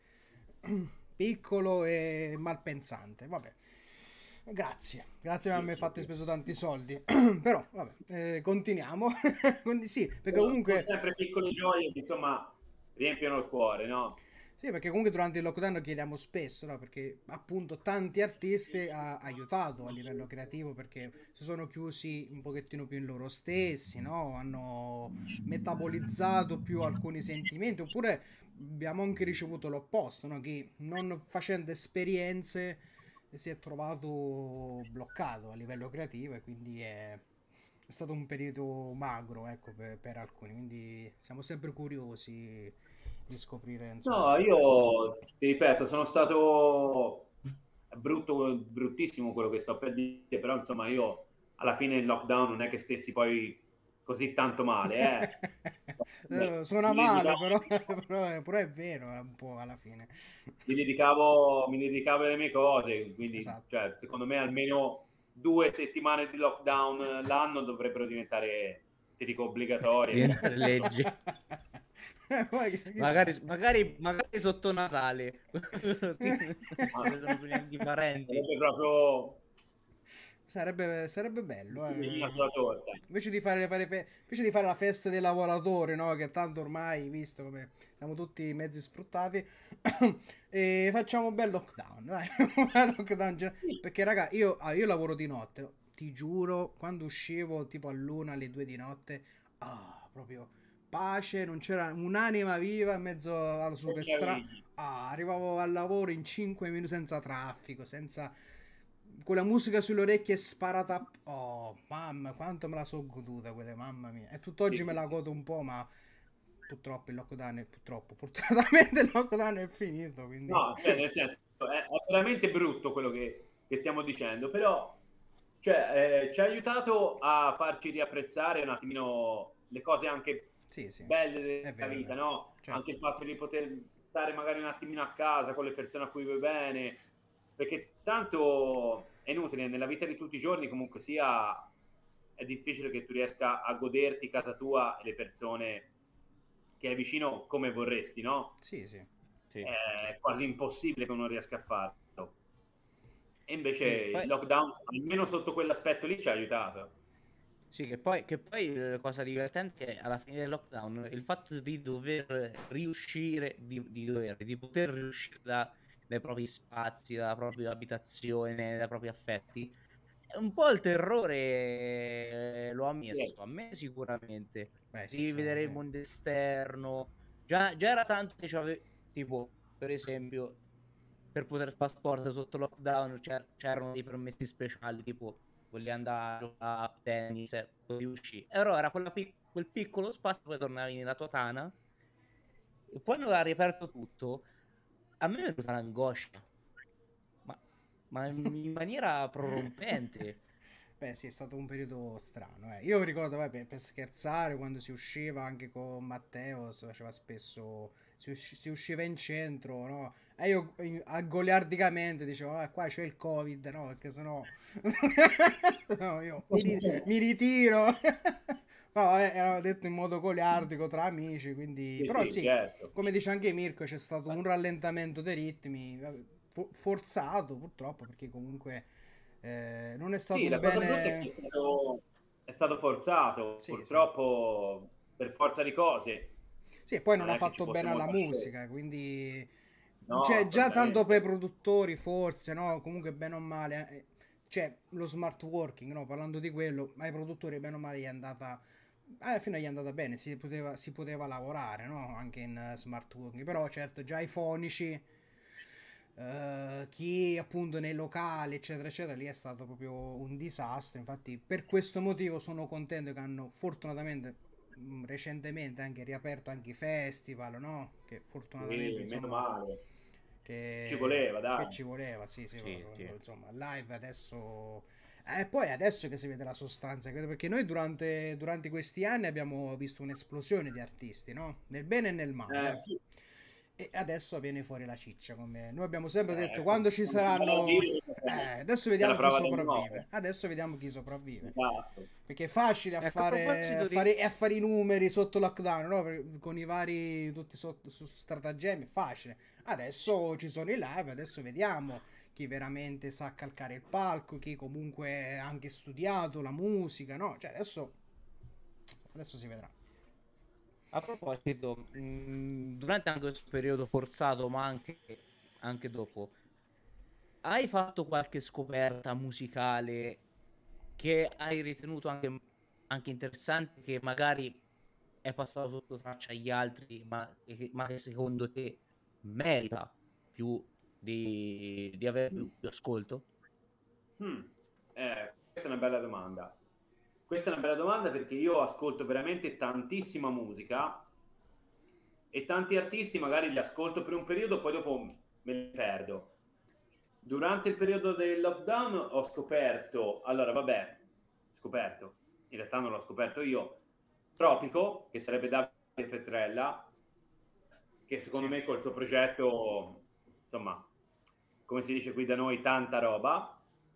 piccolo e malpensante. Vabbè. Grazie, grazie per Sì, avermi sì, fatto sì. speso tanti soldi. Però, vabbè, eh, continuiamo. Quindi sì, perché Sono, sono comunque sempre piccole gioie che insomma riempiono il cuore, no? sì, perché comunque durante il lockdown chiediamo spesso, no? Perché appunto tanti artisti ha aiutato a livello creativo perché si sono chiusi un pochettino più in loro stessi, no? Hanno metabolizzato più alcuni sentimenti, oppure abbiamo anche ricevuto l'opposto, no? Chi non facendo esperienze si è trovato bloccato a livello creativo e quindi è, è stato un periodo magro, ecco, per, per alcuni, quindi siamo sempre curiosi di scoprire, insomma. No, io ti ripeto, sono stato brutto, bruttissimo quello che sto per dire, però insomma io alla fine il lockdown non è che stessi poi così tanto male, eh. Eh, Suona Mi male, dedicavo, però, però, è, però è vero, è un po' alla fine. mi dedicavo, mi dedicavo alle mie cose, quindi Esatto. cioè, secondo me almeno due settimane di lockdown l'anno dovrebbero diventare, ti dico, obbligatorie. Diventare Perché legge. Poi, Magari, chissà. magari, magari sotto Natale. Così non si vedono più neanche i parenti. sarebbe proprio Sarebbe, sarebbe bello, ciliegina eh. sulla torta. Invece di fare, fare fe- invece di fare la festa dei lavoratori, no? Che tanto ormai, visto come siamo tutti mezzi sfruttati, e facciamo un bel lockdown, dai. Un lockdown gen- Perché, raga, io, ah, io lavoro di notte, no? Ti giuro, quando uscivo tipo all'una, alle due di notte, ah, proprio pace, non c'era un'anima viva in mezzo alla Che superstrada. meraviglia. Ah, arrivavo al lavoro in cinque minuti senza traffico, senza con la musica sulle orecchie sparata. Oh, mamma, quanto me la so goduta quelle, mamma mia. E Sì, tutt'oggi me sì, la sì. godo un po', ma purtroppo il lockdown è purtroppo, fortunatamente il lockdown è finito, quindi No, cioè, nel senso, è, è veramente brutto quello che, che stiamo dicendo, però cioè, eh, ci ha aiutato a farci riapprezzare un attimino le cose anche sì, sì, belle è della vero, è vita, vero. no? Anche Certo. il fatto di poter stare magari un attimino a casa con le persone a cui vuoi bene, perché tanto è inutile, nella vita di tutti i giorni comunque sia, è difficile che tu riesca a goderti casa tua e le persone che hai vicino come vorresti, no? Sì, sì. Sì. È quasi impossibile che uno riesca a farlo. E invece Sì, che il poi, lockdown, almeno sotto quell'aspetto lì, ci ha aiutato. sì, che poi, che poi la cosa divertente è alla fine del lockdown il fatto di dover riuscire, di, di dover, di poter riuscire da- dai propri spazi, dalla propria abitazione, dai propri affetti. È un po' il terrore eh, lo ha messo, Yes. a me sicuramente, Beh, sì, di sì, vedere il sì. mondo esterno. Già, già era tanto che c'ave- tipo, per esempio, per poter fare sport sotto lockdown c'er- c'erano dei permessi speciali, tipo volevi andare a giocare a tennis, eh, potevi uscire. E allora era quella pic- quel piccolo spazio dove tornavi nella tua tana e quando aveva riaperto tutto, a me è venuta l'angoscia, ma, ma in in maniera prorompente. Beh, sì, è stato un periodo strano. Eh. Io mi ricordo, vabbè, per, per scherzare, quando si usciva anche con Matteo, si faceva spesso, si, usci- si usciva in centro, no? E io in- a goliardicamente dicevo, "Ah, qua c'è il Covid, no? Perché sennò no, io mi, ri- mi ritiro." Però vabbè, era detto in modo goliardico tra amici, quindi... Sì, Però sì, sì, certo. come dice anche Mirko, c'è stato un rallentamento dei ritmi, vabbè, fo- forzato purtroppo, perché comunque eh, non è stato Sì, un la cosa brutta è che bene... è stato, è stato forzato, Sì, sì. purtroppo per forza di cose, Sì, e poi non non ha è che ci fatto fosse bene alla molta scelta. musica, quindi... No, Cioè, già tanto per i assolutamente. produttori, forse, no? Comunque, bene o male... eh, Cioè, lo smart working, no? Parlando di quello, ai produttori, bene o male, gli è andata... Alla fine gli è andata bene, si poteva, si poteva lavorare, no? Anche in eh, smart working. Però, certo, già i fonici... eh, chi appunto nei locali eccetera eccetera lì è stato proprio un disastro, infatti per questo motivo sono contento che hanno fortunatamente mh, recentemente anche riaperto anche i festival, no? Che fortunatamente Sì, meno insomma male. Ci che, voleva, che dai. ci voleva, sì, sì, Sì, sì. insomma, live adesso e poi adesso che si vede la sostanza, credo, perché noi durante, durante questi anni abbiamo visto un'esplosione di artisti, no? Nel bene e nel male, Eh, eh. sì. E adesso viene fuori la ciccia, come noi abbiamo sempre Eh, detto, ecco, quando ci quando si va a saranno... dire, Eh, adesso c'è la vediamo chi prova del nove. sopravvive. Adesso vediamo chi sopravvive. Esatto. Perché è facile a Ecco, a fare, a proposito di... fare, a fare i numeri sotto lockdown, no? Per- con i vari, tutti sotto, su stratagemmi, è facile. Adesso ci sono i live, adesso vediamo chi veramente sa calcare il palco, chi comunque ha anche studiato la musica, no? Cioè adesso, adesso si vedrà. A proposito, mh, durante anche questo periodo forzato, ma anche, anche dopo, hai fatto qualche scoperta musicale che hai ritenuto anche, anche interessante, che magari è passato sotto traccia agli altri, ma, che ma che secondo te merita più di, di avere più, più ascolto? Mm. Eh, questa è una bella domanda. Questa è una bella domanda perché io ascolto veramente tantissima musica e tanti artisti magari li ascolto per un periodo, poi dopo me li perdo. Durante il periodo del lockdown ho scoperto, allora vabbè, scoperto, in realtà non l'ho scoperto io, Tropico, che sarebbe Davide Petrella, che secondo Sì. me col suo progetto, insomma, come si dice qui da noi, tanta roba.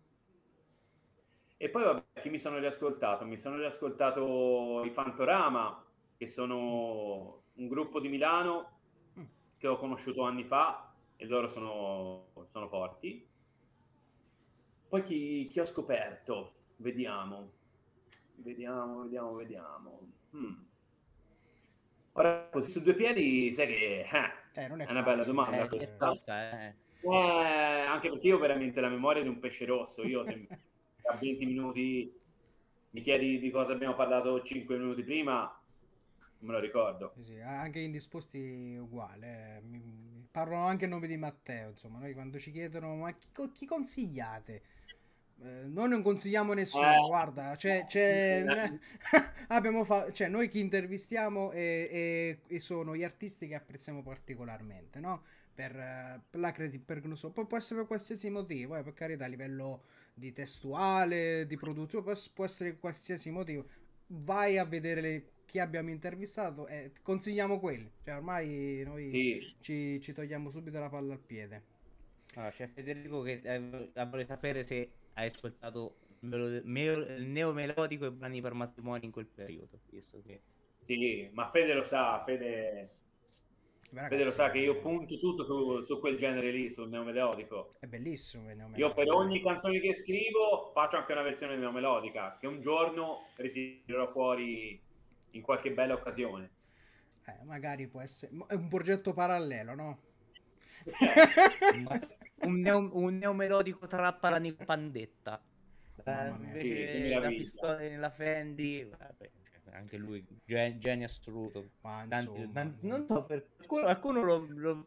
E poi vabbè, chi mi sono riascoltato? Mi sono riascoltato i Fantorama, che sono un gruppo di Milano Mm. che ho conosciuto anni fa e loro sono, sono forti. Poi chi, chi ho scoperto? Vediamo, vediamo, vediamo, vediamo. Hmm. Ora, così su due piedi, sai che eh, Eh, non è è una bella facile. domanda Eh, questa. Eh. risposta, eh. Eh, anche perché io ho veramente la memoria di un pesce rosso. Io se a venti minuti mi chiedi di cosa abbiamo parlato cinque minuti prima, non me lo ricordo. Sì, sì, anche indisposti uguale. eh. Mi- mi- Parlano anche a nome di Matteo, insomma, noi quando ci chiedono ma chi, co- chi consigliate? Eh, noi non consigliamo nessuno, guarda, c'è, c'è- n- Eh, abbiamo fa- cioè, noi chi intervistiamo e, e- e sono gli artisti che apprezziamo particolarmente, no? Per, eh, per la credi- per, non so, può, può essere per qualsiasi motivo, eh, per carità, a livello di testuale, di produzione, può, può essere qualsiasi motivo. Vai a vedere le- chi abbiamo intervistato e consigliamo quelli. Cioè, ormai noi sì, ci, ci togliamo subito la palla al piede. Allora, c'è Federico che eh, vuole sapere se hai ascoltato il, melo- meo- il neomelodico e brani per matrimoni in quel periodo, visto che... sì, ma Fede lo sa, Fede, Beh, Fede lo ragazzi, sa che io è, punto tutto su, su quel genere lì, sul neomelodico. è bellissimo il Io per neomelodico, eh. ogni canzone che scrivo faccio anche una versione neomelodica, che un giorno ritirerò fuori in qualche bella occasione. Eh, magari può essere... È un progetto parallelo, no? Ma- Un, neo- un neomelodico trappola di Pandetta. Eh, Mamma mia. Sì, che invece da meraviglia. pistole nella Fendi, vabbè, cioè, anche lui, gen- genio assoluto. Ma Tanti- insomma, tan- non so, per qualcuno, qualcuno lo, lo-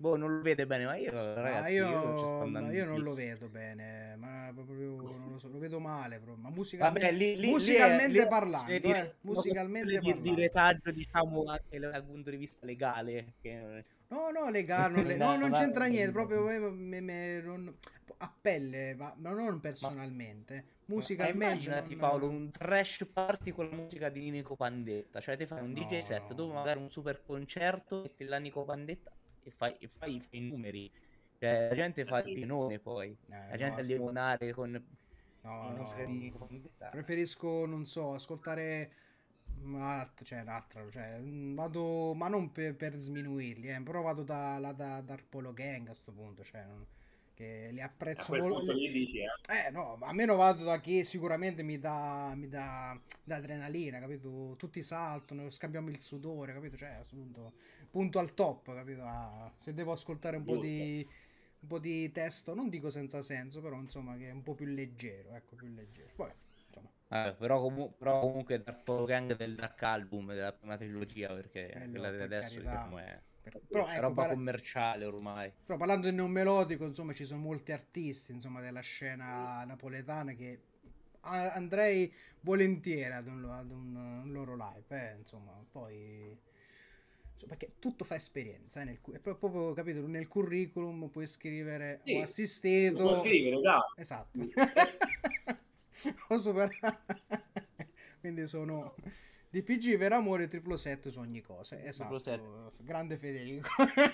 boh, non lo vede bene, ma io, Ma ragazzi, io, io ci sto ma andando io in non lo fissa. vedo bene, ma proprio non lo so, lo vedo male, proprio. Ma Vabbè, musicalmente, lì, lì, lì è, lì musicalmente è una questione parlando, di, eh, una questione musicalmente di, di parlando. retaggio, diciamo, anche dal punto di vista legale, che No, no, legale, non, le- no, una, non una c'entra roba niente, di... proprio me- me- me- non- a pelle, ma, ma non Ma, personalmente, ma musicalmente immaginati, Paolo, non... un trash party con la musica di Nico Pandetta, cioè ti fai un D J No, set no, dove no. magari un super concerto, metti la Nico Pandetta e fai, e fai i numeri, cioè la gente Eh fa il sì. pienone poi, Eh, la gente a basta. limonare con No, la musica di no, Nico Pandetta. preferisco, non so, ascoltare alt- cioè, un'altra, cioè, mm, vado, ma non per, per sminuirli, eh, però vado da, la, da Dark Polo Gang a sto punto, cioè, non- che li A apprezzo quel molto. punto lì dici, eh. Eh, no, ma almeno vado da chi sicuramente mi dà, mi dà, dà adrenalina, capito? Tutti saltano, scambiamo il sudore, capito? Cioè, appunto, punto al top, capito? Ah, se devo ascoltare un po' Giusto. di, un po' di testo, non dico senza senso, però insomma che è un po' più leggero, ecco, più leggero. Vabbè, insomma, Eh, però, comu- però comunque Dark Polo Gang del Dark Album della prima trilogia, perché quella quello di per adesso carità. diciamo è, Per- però è ecco, roba parla- commerciale ormai. però parlando di non melodico, insomma, ci sono molti artisti, insomma, della scena napoletana che a- andrei volentieri ad un, ad un- un loro live, eh, insomma, poi... insomma, perché tutto fa esperienza, eh, nel, cu- è pro- proprio, capito, nel curriculum puoi scrivere ho Sì, lo può assistito... scrivere, dai. Esatto. Eh, Ho superato. Quindi sono D P G, vero amore, triplo sette su ogni cosa. Triple set. Esatto. Grande Federico.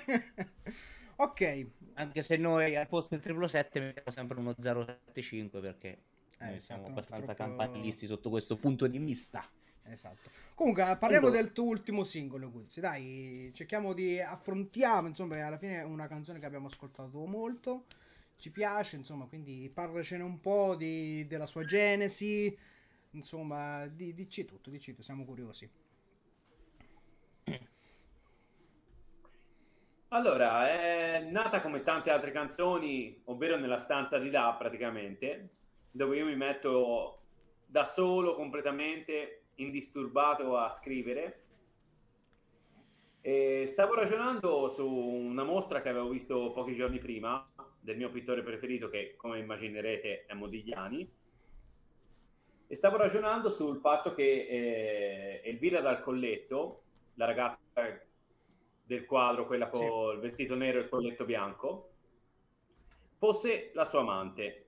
Ok. Anche se noi al posto del triplo sette mettiamo sempre uno zero sette cinque perché Eh, noi siamo esatto, non abbastanza troppo... campanilisti sotto questo punto di vista. Esatto. Comunque, parliamo Allora. del tuo ultimo singolo, Guzzi. Dai, cerchiamo di affrontiamo, insomma, alla fine è una canzone che abbiamo ascoltato molto. Ci piace, insomma, quindi parlacene un po' di, della sua genesi. Insomma, di, dici tutto, dici tutto, siamo curiosi. Allora, è nata come tante altre canzoni, ovvero nella stanza di là praticamente, dove io mi metto da solo completamente indisturbato a scrivere. E stavo ragionando su una mostra che avevo visto pochi giorni prima del mio pittore preferito, che come immaginerete è Modigliani, e stavo ragionando sul fatto che eh, Elvira Dal Colletto, la ragazza del quadro, quella Sì. con il vestito nero e il colletto bianco, fosse la sua amante.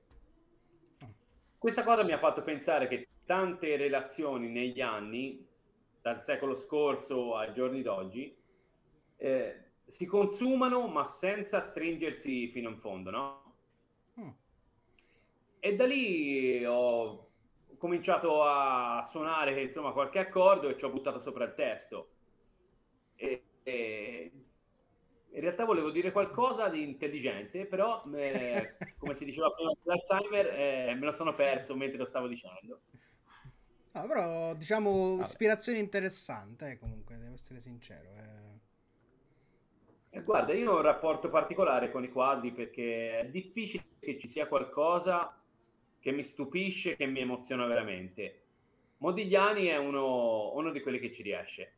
Questa cosa mi ha fatto pensare che tante relazioni negli anni, dal secolo scorso ai giorni d'oggi, eh, si consumano ma senza stringersi fino in fondo, no? Mm. E da lì ho cominciato a suonare insomma qualche accordo e ci ho buttato sopra il testo. E, e in realtà volevo dire qualcosa di intelligente, però eh, come si diceva prima dell'Alzheimer, eh, me lo sono perso mentre lo stavo dicendo. Ah, però, diciamo, Vabbè. ispirazione interessante, eh, comunque, devo essere sincero. eh. E guarda, io ho un rapporto particolare con i quadri perché è difficile che ci sia qualcosa che mi stupisce, che mi emoziona veramente. Modigliani è uno, uno di quelli che ci riesce.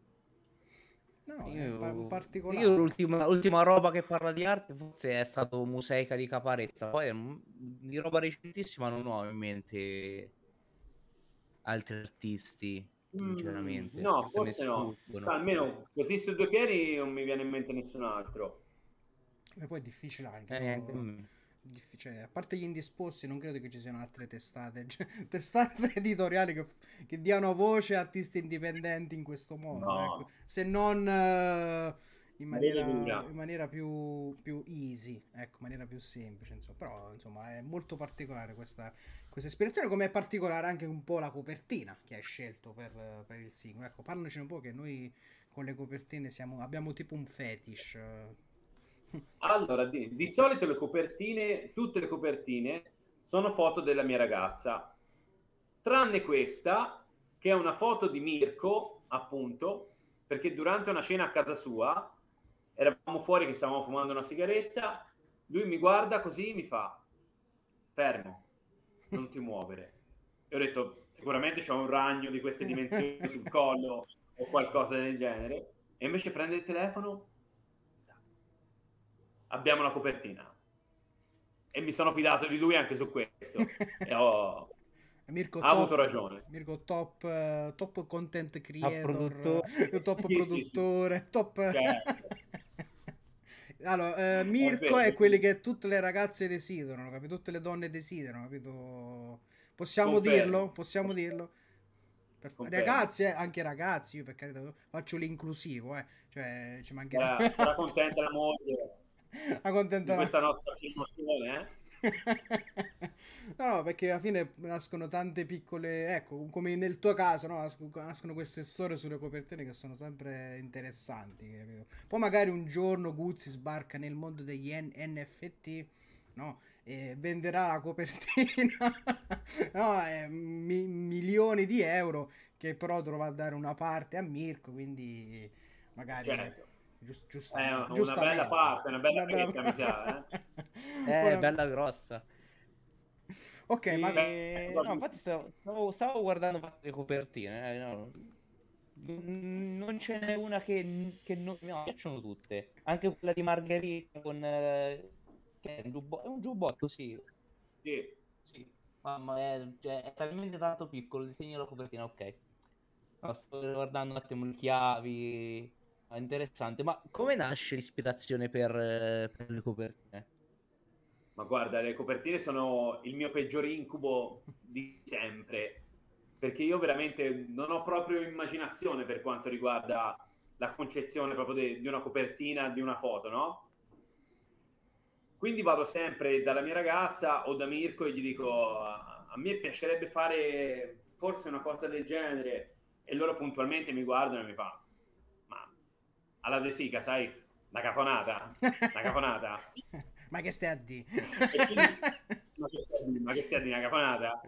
No, no, è pa- Io, particolare. io l'ultima, l'ultima roba che parla di arte forse è stato Museica di Caparezza, poi mm, di roba recentissima non ho in mente altri artisti, Mm, sinceramente, no, forse mi forse no. sfuggono. Almeno così su due piedi non mi viene in mente nessun altro. E poi è difficile anche, Eh, neanche a no? me. Diffi- cioè, a parte gli indisposti, non credo che ci siano altre testate, cioè, testate editoriali che, che diano voce a artisti indipendenti in questo modo, No, ecco. Se non eh, in Maria maniera, Dura. in maniera più, più easy, ecco, in maniera più semplice, insomma. Però, insomma, è molto particolare questa, questa ispirazione, come è particolare anche un po' la copertina che hai scelto per, per il singolo. Ecco, parlaci un po' che noi con le copertine siamo, abbiamo tipo un fetish. eh. Allora, di, di solito le copertine, tutte le copertine sono foto della mia ragazza, tranne questa, che è una foto di Mirko, appunto, perché durante una cena a casa sua, eravamo fuori che stavamo fumando una sigaretta, lui mi guarda così, mi fa, fermo, non ti muovere. E ho detto, sicuramente c'è un ragno di queste dimensioni sul collo o qualcosa del genere, e invece prende il telefono, abbiamo la copertina. E mi sono fidato di lui anche su questo. E ho... Mirko ha top, avuto ragione. Mirko top, uh, top content creator, produttore. top Sì, produttore, sì, sì. top... Certo. Allora, eh, Mirko è, è quelli che tutte le ragazze desiderano, capito? Tutte le donne desiderano, capito? Possiamo Confermo. dirlo? Possiamo dirlo? Per... Ragazzi, eh, anche ragazzi, io per carità faccio l'inclusivo, eh. Cioè, ci mancherà... Sarà, sarà contenta la moglie di Accontenterà. questa nostra filmazione, eh? No, no, perché alla fine nascono tante piccole, ecco, come nel tuo caso, no? Nascono, nascono queste storie sulle copertine che sono sempre interessanti, capito? Poi magari un giorno Guzzi sbarca nel mondo degli N- NFT, no? E venderà la copertina, no? Eh, mi- milioni di euro che però dovrà dare una parte a Mirko, quindi magari... Certo. Giust- È giustamente, una giustamente. bella parte, una bella Una bella- fetta, mi sa, eh? Eh, Una- bella grossa. Ok, ma E... No, infatti stavo, stavo, stavo guardando infatti le copertine. eh, no. Mm, Non ce n'è una che, che non mi piacciono tutte. Anche quella di Margherita con... eh, che è un, giubbo- è un giubbotto, sì. sì. Sì. Mamma, è, cioè, è talmente tanto piccolo il disegno della copertina, ok. No, sto guardando un attimo le chiavi. È interessante. Ma come nasce l'ispirazione per, eh, per le copertine? Ma guarda, le copertine sono il mio peggior incubo di sempre, perché io veramente non ho proprio immaginazione per quanto riguarda la concezione proprio de- di una copertina, di una foto, no? Quindi vado sempre dalla mia ragazza o da Mirko e gli dico a, a me piacerebbe fare forse una cosa del genere, e loro puntualmente mi guardano e mi fanno, ma alla De Sica, sai, una cafonata, una cafonata. Ma che stai a di? E quindi, ma che stai a dire? Ma che stai a dire, una cafonata?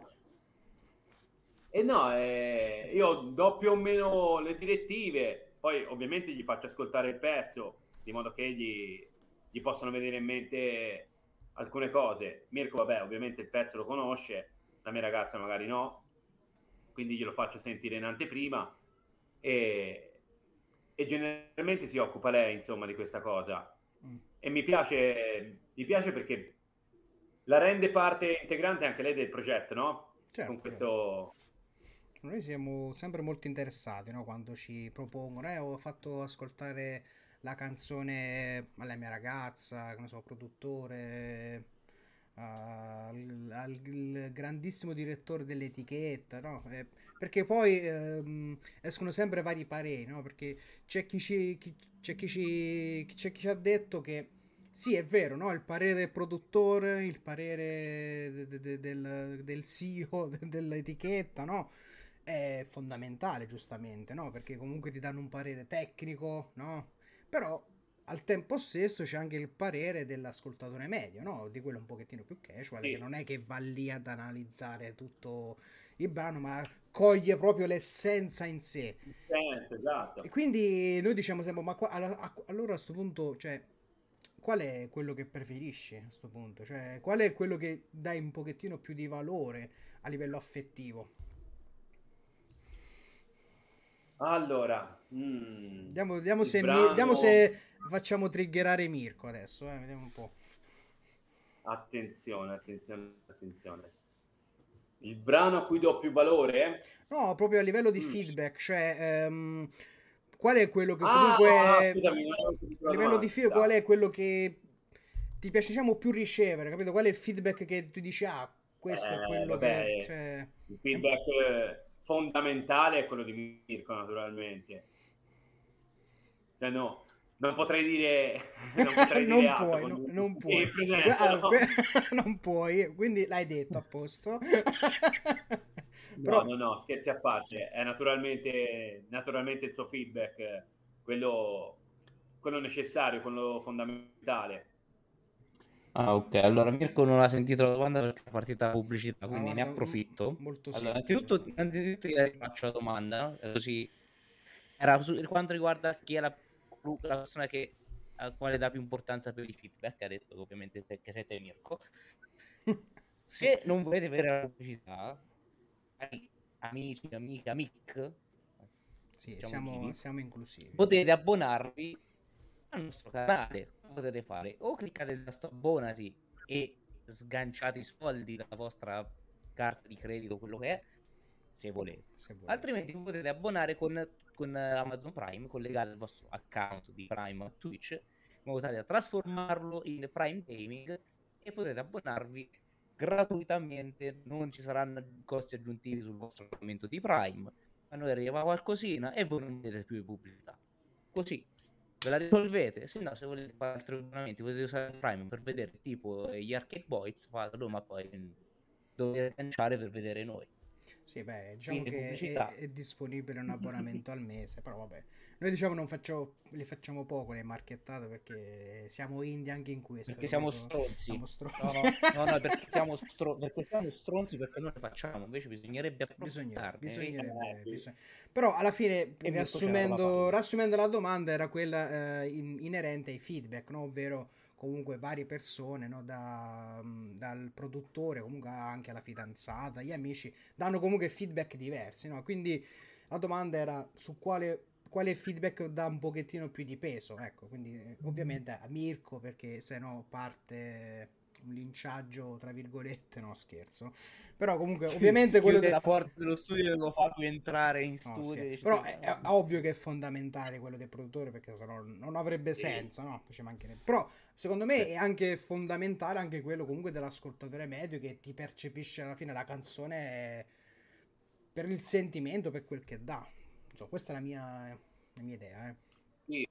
E no, eh, io do più o meno le direttive, poi ovviamente gli faccio ascoltare il pezzo, di modo che gli, gli possano venire in mente alcune cose. Mirko, vabbè, ovviamente il pezzo lo conosce, la mia ragazza magari no, quindi glielo faccio sentire in anteprima e, e generalmente si occupa lei, insomma, di questa cosa. Mm. E mi piace, mi piace perché la rende parte integrante anche lei del progetto, no? Certo, Con certo. questo... Noi siamo sempre molto interessati, no? Quando ci propongono. Eh, ho fatto ascoltare la canzone alla mia ragazza, che ne so, produttore, al, al grandissimo direttore dell'etichetta, no? Eh, perché poi ehm, escono sempre vari pareri, no? Perché c'è chi ci, chi- c'è chi ci, c'è chi ci ha detto che sì, è vero, no? Il parere del produttore, il parere de- de- de- del, del C E O de- dell'etichetta, no? È fondamentale, giustamente, no? Perché comunque ti danno un parere tecnico, no? Però al tempo stesso c'è anche il parere dell'ascoltatore medio, no? Di quello un pochettino più casual, che Sì, non è che va lì ad analizzare tutto il brano, ma coglie proprio l'essenza in sé. certo, E esatto. quindi noi diciamo sempre, ma qua- alla- a- allora a sto punto, cioè, qual è quello che preferisci a sto punto? Cioè, qual è quello che dai un pochettino più di valore a livello affettivo? Allora, mm, Vediamo, vediamo il se, mi- vediamo brano, se facciamo triggerare Mirko adesso, eh, vediamo un po'. attenzione, attenzione, attenzione. Il brano a cui do più valore? No, proprio a livello di Mm. feedback, cioè, ehm, qual è quello che Ah, no, comunque, scusami, non avevo capito a la livello di feedback, qual domanda. è quello che ti piace, diciamo, più ricevere, capito? Qual è il feedback che tu dici, ah, questo è Eh, quello che, vabbè, cioè... il è- feedback eh, fondamentale è quello di Mirko, naturalmente. Cioè, no, non potrei dire, non potrei dire Non altro puoi, con no- il non puoi. il Que- presente, ah, que- no? non puoi, quindi l'hai detto a posto. No, Però no, no, scherzi a parte, è naturalmente, naturalmente il suo feedback, eh, quello, quello necessario, quello fondamentale. Ah, ok. Allora, Mirko non ha sentito la domanda perché è partita la pubblicità, ah, quindi ne guarda, m- approfitto. molto Allora, semplice. innanzitutto, innanzitutto io ti faccio la domanda, no? Eh, così era su, per quanto riguarda chi è la, la persona che a quale dà più importanza per i feedback, ha detto che ovviamente te, che siete Mirko. Se non volete avere la pubblicità, cari amici, amiche, amic, Sì, diciamo siamo, Gini, siamo inclusivi. potete abbonarvi al nostro canale. Potete fare o cliccate il tasto abbonati e sganciate i soldi dalla vostra carta di credito, quello che è, se volete. Se volete. Altrimenti vi potete abbonare con, con Amazon Prime, collegare il vostro account di Prime a Twitch, in modo tale da trasformarlo in Prime Gaming, e potete abbonarvi gratuitamente, non ci saranno costi aggiuntivi sul vostro abbonamento di Prime, a noi arriva qualcosina e voi non vedete più le pubblicità. Così ve la risolvete. Se no, se volete fare altri abbonamenti, potete usare Prime per vedere tipo gli Arcade Boys, fatelo, ma poi dovete lanciare per vedere noi. Sì, beh, diciamo Fine che pubblicità. è, è disponibile un abbonamento al mese, però vabbè. Noi diciamo non facciamo, le facciamo poco le marchettate perché siamo indie anche in questo. Perché siamo capito? stronzi. Siamo stronzi. No, no, no, no, perché siamo, stro- perché siamo stronzi perché non le facciamo. Invece bisognerebbe Bisognerebbe, approfittarne. bisognerebbe, sì. bisog- però alla fine, Quindi riassumendo, la riassumendo la domanda, era quella eh, in- inerente ai feedback, no? Ovvero comunque varie persone, no? Da, mh, dal produttore, comunque anche alla fidanzata, gli amici, danno comunque feedback diversi, no? Quindi la domanda era su quale, quale feedback dà un pochettino più di peso, ecco, quindi eh, ovviamente a Mirko, perché se no parte un linciaggio, tra virgolette, no scherzo. Però comunque ovviamente quello Chiude de- la porta dello studio e lo fa più entrare in No, studio. scherzo. dice, Però sì, è, è vabbè. ovvio che è fondamentale quello del produttore, perché sennò non avrebbe Sì. senso, no? Ci mancherebbe. Però secondo me è anche fondamentale anche quello comunque dell'ascoltatore medio, che ti percepisce alla fine la canzone per il sentimento, per quel che dà. Insomma, questa è la mia, la mia idea, eh. Sì.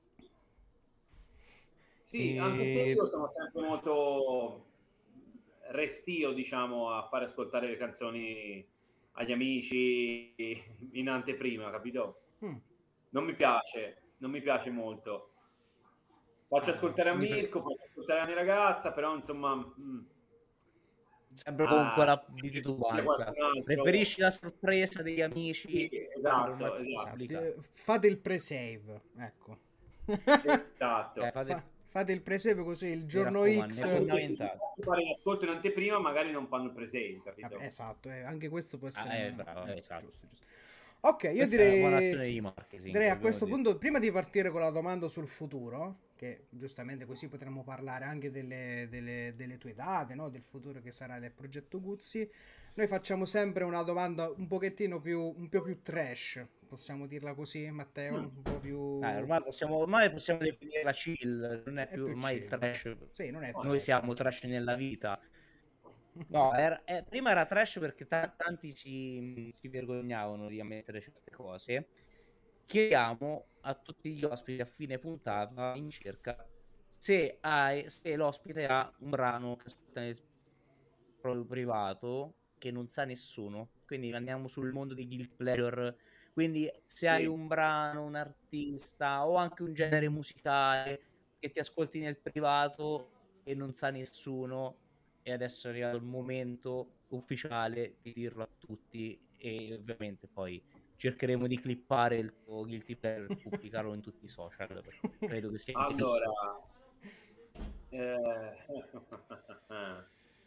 Sì, E- anche se io sono sempre molto restio, diciamo, a fare ascoltare le canzoni agli amici in anteprima, capito? Mm. Non mi piace, non mi piace molto. Faccio Ah, ascoltare a quindi per- Mirko, faccio ascoltare la mia ragazza, però insomma... mm, sempre con ah, quella di titubanza. qualcun altro. Preferisci la sorpresa degli Sì, amici per esatto, una esatto. esatto, pubblica. eh, fate il pre-save, ecco. Esatto. Eh, fate- Fa- fate il pre-save così il giorno raccomando, X. è Anche perché se fondamentale. ti fare l'ascolto in anteprima, magari non fanno il pre-save, capito? Vabbè, esatto, eh, anche questo può essere Ah, eh, una- bravo, eh, esatto. giusto, giusto. Ok, io Questa è una buona direi, azione di marketing. direi a dobbiamo questo dire. punto, prima di partire con la domanda sul futuro, che giustamente così potremmo parlare anche delle, delle- delle tue date, no? Del futuro che sarà del progetto Guzzi, noi facciamo sempre una domanda un pochettino più, un po' più trash, possiamo dirla così, Matteo? Mm. Un po' più... Dai, ormai possiamo, ormai possiamo definirla chill, non è È più più ormai il chill. trash. Sì, non è Noi trash. siamo trash nella vita. No, era- eh, prima era trash perché ta- tanti si, si vergognavano di ammettere certe cose. Chiediamo a tutti gli ospiti a fine puntata in circa se, hai, se l'ospite ha un brano che ascolta nel proprio privato che non sa nessuno. Quindi andiamo sul mondo di guilty pleasure. Quindi se hai Sì. un brano, un artista o anche un genere musicale che ti ascolti nel privato e non sa nessuno, e adesso è arrivato il momento ufficiale di dirlo a tutti, e ovviamente poi cercheremo di clippare il tuo guilty pleasure e pubblicarlo in tutti i social, perché credo che sia anche Allora, giusto. eh,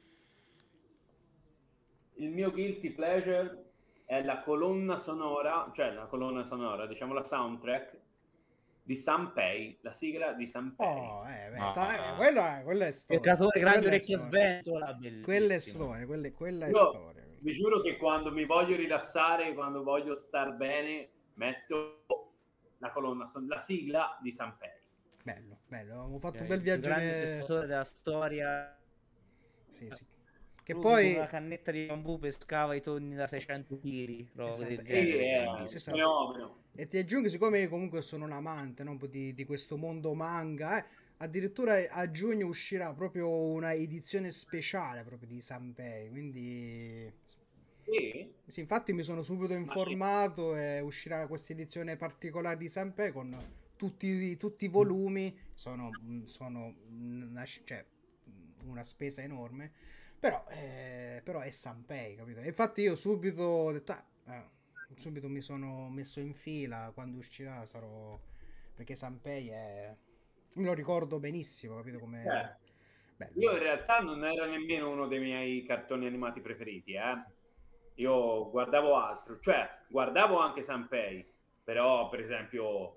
il mio guilty pleasure è la colonna sonora, cioè la colonna sonora, diciamo la soundtrack di Sanpei, la sigla di Sanpei. Oh, eh, beh, Ah. ta- eh, quella, quella è storia. Peccatore, grande Quella è orecchie a storia. sventola, bellissimo. Quella è storia, quella, quella è Io storia. vi giuro che quando mi voglio rilassare, quando voglio star bene, metto la colonna son- la sigla di Sanpei. Bello, bello. Abbiamo fatto un Eh, bel il più viaggio. grande Ne... pescatore della storia. Sì, sì. Che Lui poi. con una cannetta di bambù pescava i tonni da seicento chili. Esatto. Del E- Sì, genere, è grandissimo. Esatto. fenomeno. E ti aggiungo, siccome io comunque sono un amante, no, un po' di, di questo mondo manga, eh, addirittura a giugno uscirà proprio una edizione speciale proprio di Sanpei, quindi Sì? sì, infatti mi sono subito informato e uscirà questa edizione particolare di Sanpei con tutti, tutti i volumi, sono, sono una, cioè, una spesa enorme, però, eh, però è Sanpei, capito? E infatti io subito ho detto, ah, eh, subito mi sono messo in fila, quando uscirà sarò, perché Sanpei è, me lo ricordo benissimo, capito come... Eh, Bello, io in bello. realtà non era nemmeno uno dei miei cartoni animati preferiti, eh. Io guardavo altro, cioè guardavo anche Sanpei, però per esempio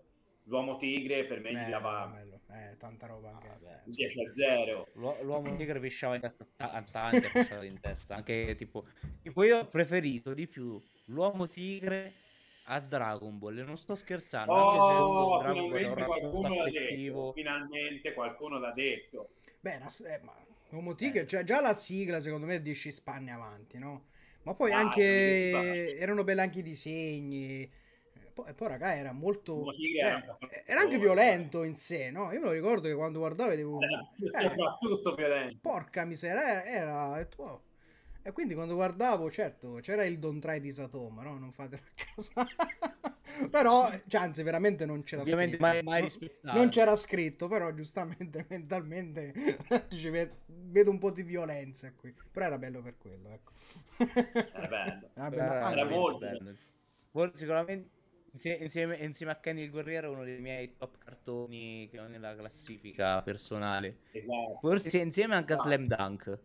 l'uomo tigre per me gli Bello, dava bello. Eh, tanta roba anche. Ah, beh, eh, dieci a zero. L'uo- L'uomo tigre pisciava in testa a ta- a tanti, ha pisciato in testa. Anche tipo, tipo io ho preferito di più l'uomo tigre a Dragon Ball. E non sto scherzando, anche se io Oh, Dragon Ball è un finalmente rapporto qualcuno l'ha detto, affettivo. finalmente qualcuno l'ha detto. Beh, la, eh, ma Uomo Eh, Tigre, cioè già la sigla secondo me è dieci spanne avanti, no? Ma poi Dai, non è dieci anche erano belli anche i disegni. E poi, e poi raga, era molto Uomo tigre era un eh, era anche capolavoro, dai. violento in sé, no? Io me lo ricordo che quando guardavo vedevo Eh, eh, soprattutto violento. porca miseria, eh, era e tu- oh. E quindi quando guardavo, certo, c'era il Don't Try di Satoma, no? Non fatelo a casa. Però, cioè, anzi, veramente non c'era ovviamente scritto. mai, mai No- non rispettato. c'era scritto, però giustamente mentalmente dici, "Ve- vedo un po' di violenza qui. Però era bello per quello, ecco. Era bello. Vabbè, ma Era Era anche... veramente molto bello. Forse sicuramente insie- insieme, insieme a Kenny il Guerriero è uno dei miei top cartoni che ho nella classifica personale. esatto. Forse insieme anche a Ah, Slam Dunk.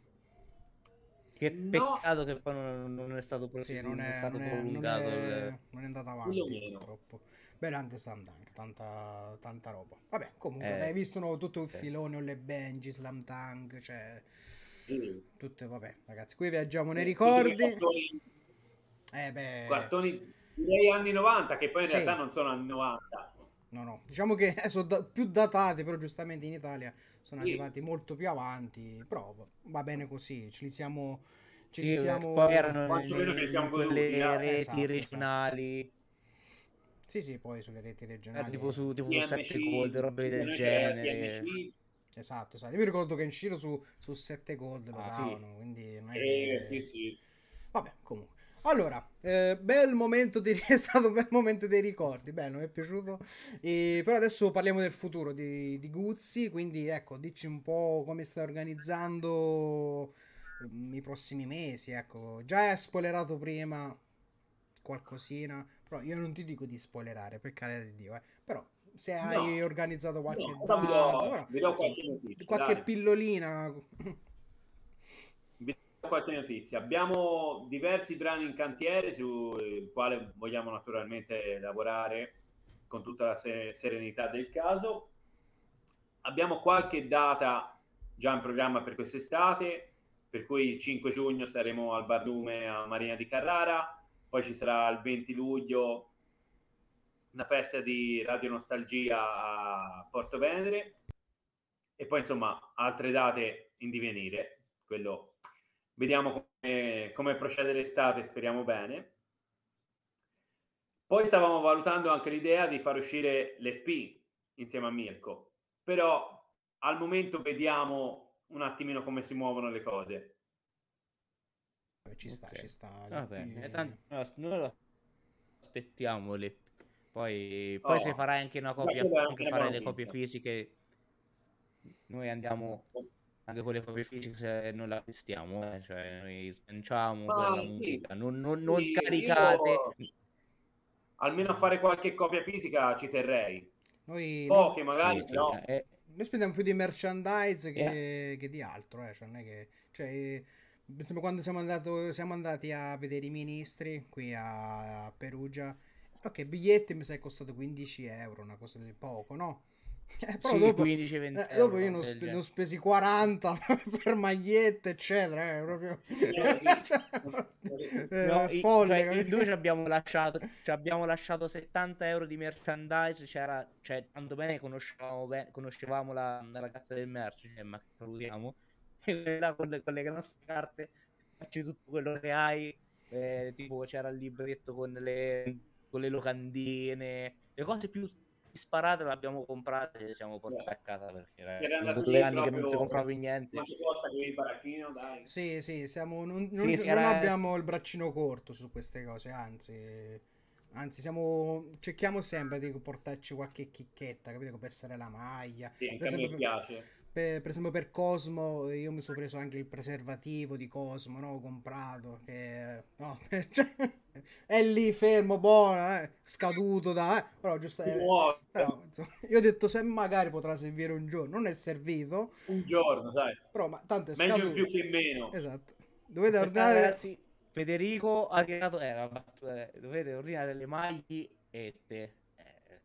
Che no, peccato che poi non, non è stato Sì, proseguito, non non è è, stato non è, non prolungato il... è, non è andata quello avanti meno. purtroppo. Bello anche Slam Dunk, tanta, tanta roba. Vabbè, comunque, Eh, hai visto no, tutto il sì. filone, Olle Benji, Slam Dunk, cioè... Sì. Tutte, vabbè, ragazzi, qui viaggiamo nei Eh, tutti quei ricordi. cartoni, Eh beh, cartoni direi anni novanta, che poi in realtà sì, non sono anni novanta. no, no, diciamo che sono da- più datati, però giustamente in Italia sono Sì, arrivati molto più avanti, però va bene così, ce li siamo, ce li Sì, perché poi siamo... erano quantomeno ce li nelle- in siamo goduti, quelle dai. reti Esatto, esatto. regionali, Sì, sì, poi sulle reti era tipo regionali... su, tipo su sette T N C, Gold, robe da del noi c'era genere. T N C, Esatto, esatto. Io mi ricordo che in Ciro su, su sette Gold lo Ah, sì. davano, quindi non è eh, sì, che... sì. Vabbè, comunque. Allora, eh, bel momento di... è stato un bel momento dei ricordi, bello, mi è piaciuto. E, però adesso parliamo del futuro di, di Guzzi, quindi ecco, dici un po' come stai organizzando ehm, i prossimi mesi, ecco. Già hai spoilerato prima qualcosina, però io non ti dico di spoilerare, per carità di Dio, eh. Però se hai No, organizzato no, qualche però vi data, do, però vi do insomma, qualche notizia, qualche dai. pillolina... Vi do qualche notizia. Abbiamo diversi brani in cantiere sul quale vogliamo naturalmente lavorare con tutta la se- serenità del caso. Abbiamo qualche data già in programma per quest'estate, per cui il cinque giugno saremo al Barlume a Marina di Carrara, poi ci sarà il venti luglio una festa di Radio Nostalgia a Porto Venere e poi insomma altre date in divenire. Quello vediamo come, come procede l'estate, speriamo bene. Poi stavamo valutando anche l'idea di far uscire l'E P insieme a Mirko, però al momento vediamo un attimino come si muovono le cose. Ci sta, ci Ok. sta. Va L'E P... bene, tanto noi lo noi lo aspettiamo le- Poi, poi se Oh, farai anche una già copia, quella è anche anche una fare buona le copie notizia. fisiche, noi andiamo anche con le copie fisiche se non le acquistiamo, eh, cioè noi sganciamo Ma quella sì, musica, non, non- non sì, caricate. io almeno a Sì. fare qualche copia fisica ci terrei. Noi, noi, Poche magari, Sì, sì, però eh, noi spendiamo più di merchandise eh, che, che di altro, eh. Cioè, non è che... Cioè, eh, per esempio, quando siamo, andato, siamo andati a vedere i ministri qui a, a Perugia, ok, biglietti mi sa è costato quindici euro, una cosa di poco, no? Eh, però sì, dopo, quindici venti eh, euro, dopo io una ne ho, cosa del spe- ne ho genere. spesi quaranta per magliette, eccetera, eh, proprio... eh, sì. Cioè, No, eh, i- folle, cioè, in due capito? ci abbiamo lasciato, ci abbiamo lasciato settanta euro di merchandise. C'era, cioè, tanto bene conoscevamo, be- conoscevamo la, la ragazza del merch, cioè, ma che salutiamo. E là con le, con le nostre carte facci tutto quello che hai. Eh, tipo, c'era il libretto con le, con le locandine, le cose più disparate le abbiamo comprate e le siamo portate a casa perché, Siete ragazzi, dopo andati due lì anni che non si proprio comprava più niente. quanto costa qui il baracchino, dai. Sì, sì, siamo, non, non- Sì, sì, non era abbiamo il braccino corto su queste cose, anzi, anzi siamo, cerchiamo sempre di portarci qualche chicchetta, capito? Per essere la maglia. Sì, Per anche a me esempio, per, piace. per- per esempio per Cosmo, io mi sono preso anche il preservativo di Cosmo, no? Ho comprato, che no, cioè, è lì fermo, buono, eh, scaduto da, eh, però giusto, Si eh, muove però, insomma, io ho detto se magari potrà servire un giorno, non è servito, un giorno, sai. però ma tanto è Meglio in più scaduto. che in meno. Esatto. Dovete Aspettate ordinare. ragazzi, Federico ha creato, eh, la battuta, eh, dovete ordinare le maglie e te. Eh,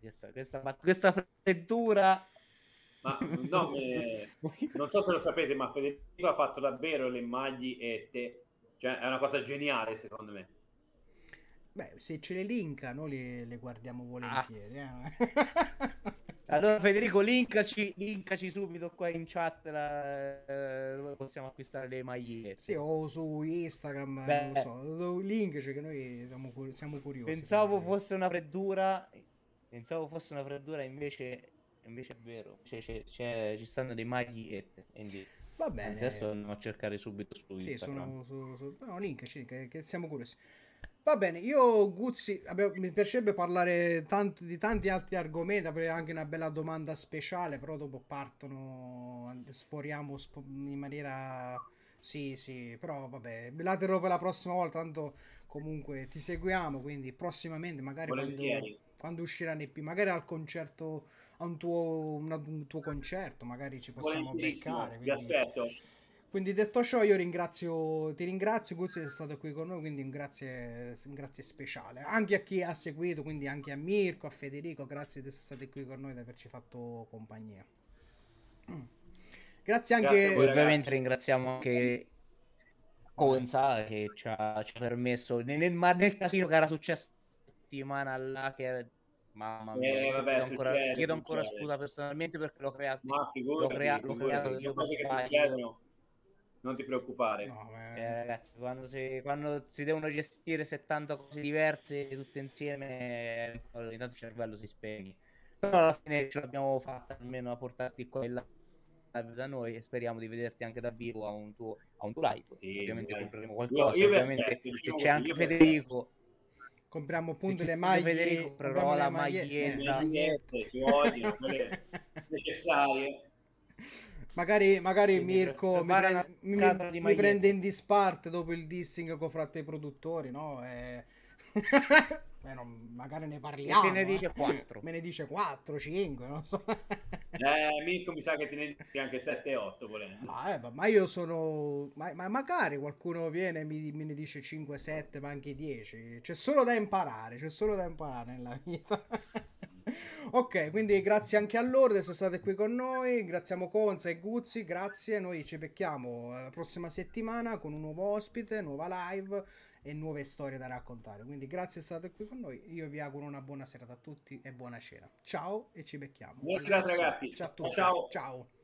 questa, questa, questa freddura. Ma no, eh, non so se lo sapete, ma Federico ha fatto davvero le magliette, cioè è una cosa geniale secondo me. Beh, se ce le linka, noi le, le guardiamo volentieri. Ah. Eh. Allora Federico, linkaci, linkaci subito qua in chat la, eh, dove possiamo acquistare le magliette. Sì, o su Instagram, Beh, non lo so, link, cioè che noi siamo, siamo curiosi. Pensavo fosse una freddura, pensavo fosse una freddura, invece, invece è vero, c'è, c'è, c'è, ci stanno dei magliette. Quindi, va bene. Anzi, adesso andiamo a cercare subito su sì, Instagram. Sono, su, su, no, link, che, che siamo curiosi. Va bene, io Guzzi, abbiamo, mi piacerebbe parlare tanto, di tanti altri argomenti, avrei anche una bella domanda speciale, però dopo partono, sforiamo in maniera... Sì, sì, però vabbè, la terrò per la prossima volta, tanto comunque ti seguiamo, quindi prossimamente, magari quando, quando usciranno i più, magari al concerto, a un tuo, una, un tuo concerto, magari ci possiamo beccare. Vi aspetto. Quindi detto ciò io ringrazio, ti ringrazio Guzzi di essere stato qui con noi, quindi un grazie, un grazie speciale. Anche a chi ha seguito, quindi anche a Mirko, a Federico, grazie di essere stati qui con noi e di averci fatto compagnia. Grazie anche... Grazie voi, ovviamente ringraziamo anche Conza che ci ha, ci ha permesso, nel, nel, nel casino che era successo la settimana là, mamma mia, eh, vabbè, chiedo ancora, succede, chiedo ancora scusa personalmente perché l'ho creato, ma figurati, l'ho, crea, l'ho creato io per sbaglio. Non ti preoccupare. No, eh, ragazzi, quando si, quando si devono gestire settanta cose diverse tutte insieme, ogni tanto il cervello si spegne. Però alla fine ce l'abbiamo fatta almeno a portarti qua e là da noi e speriamo di vederti anche da vivo a un tuo, a un tuo live. Sì, ovviamente compreremo qualcosa. Io, io ovviamente aspetto, se diciamo c'è anche Federico, compriamo appunto le maglie. Federico, però la maglietta, magliette ci vogliono, quelle necessarie. Magari, magari Mirko mi, prende, mi, mi prende in disparte dopo il dissing con fratte i produttori, no? E... Beh, non, magari ne parliamo. E te ne dice quattro. Me ne dice quattro, cinque, non so. eh, Mirko mi sa che te ne dice anche sette otto volendo. Ah, eh, ma io sono... Ma, ma magari qualcuno viene e mi, me ne dice cinque, sette, ma anche dieci. C'è solo da imparare, c'è solo da imparare nella vita. Ok, quindi grazie anche a loro di essere state qui con noi, ringraziamo Conza e Guzzi, grazie, noi ci becchiamo la prossima settimana con un nuovo ospite, nuova live e nuove storie da raccontare, quindi grazie di essere state qui con noi, io vi auguro una buona serata a tutti e buona cena, ciao e ci becchiamo. Buona serata ragazzi, ciao a tutti, ciao. ciao.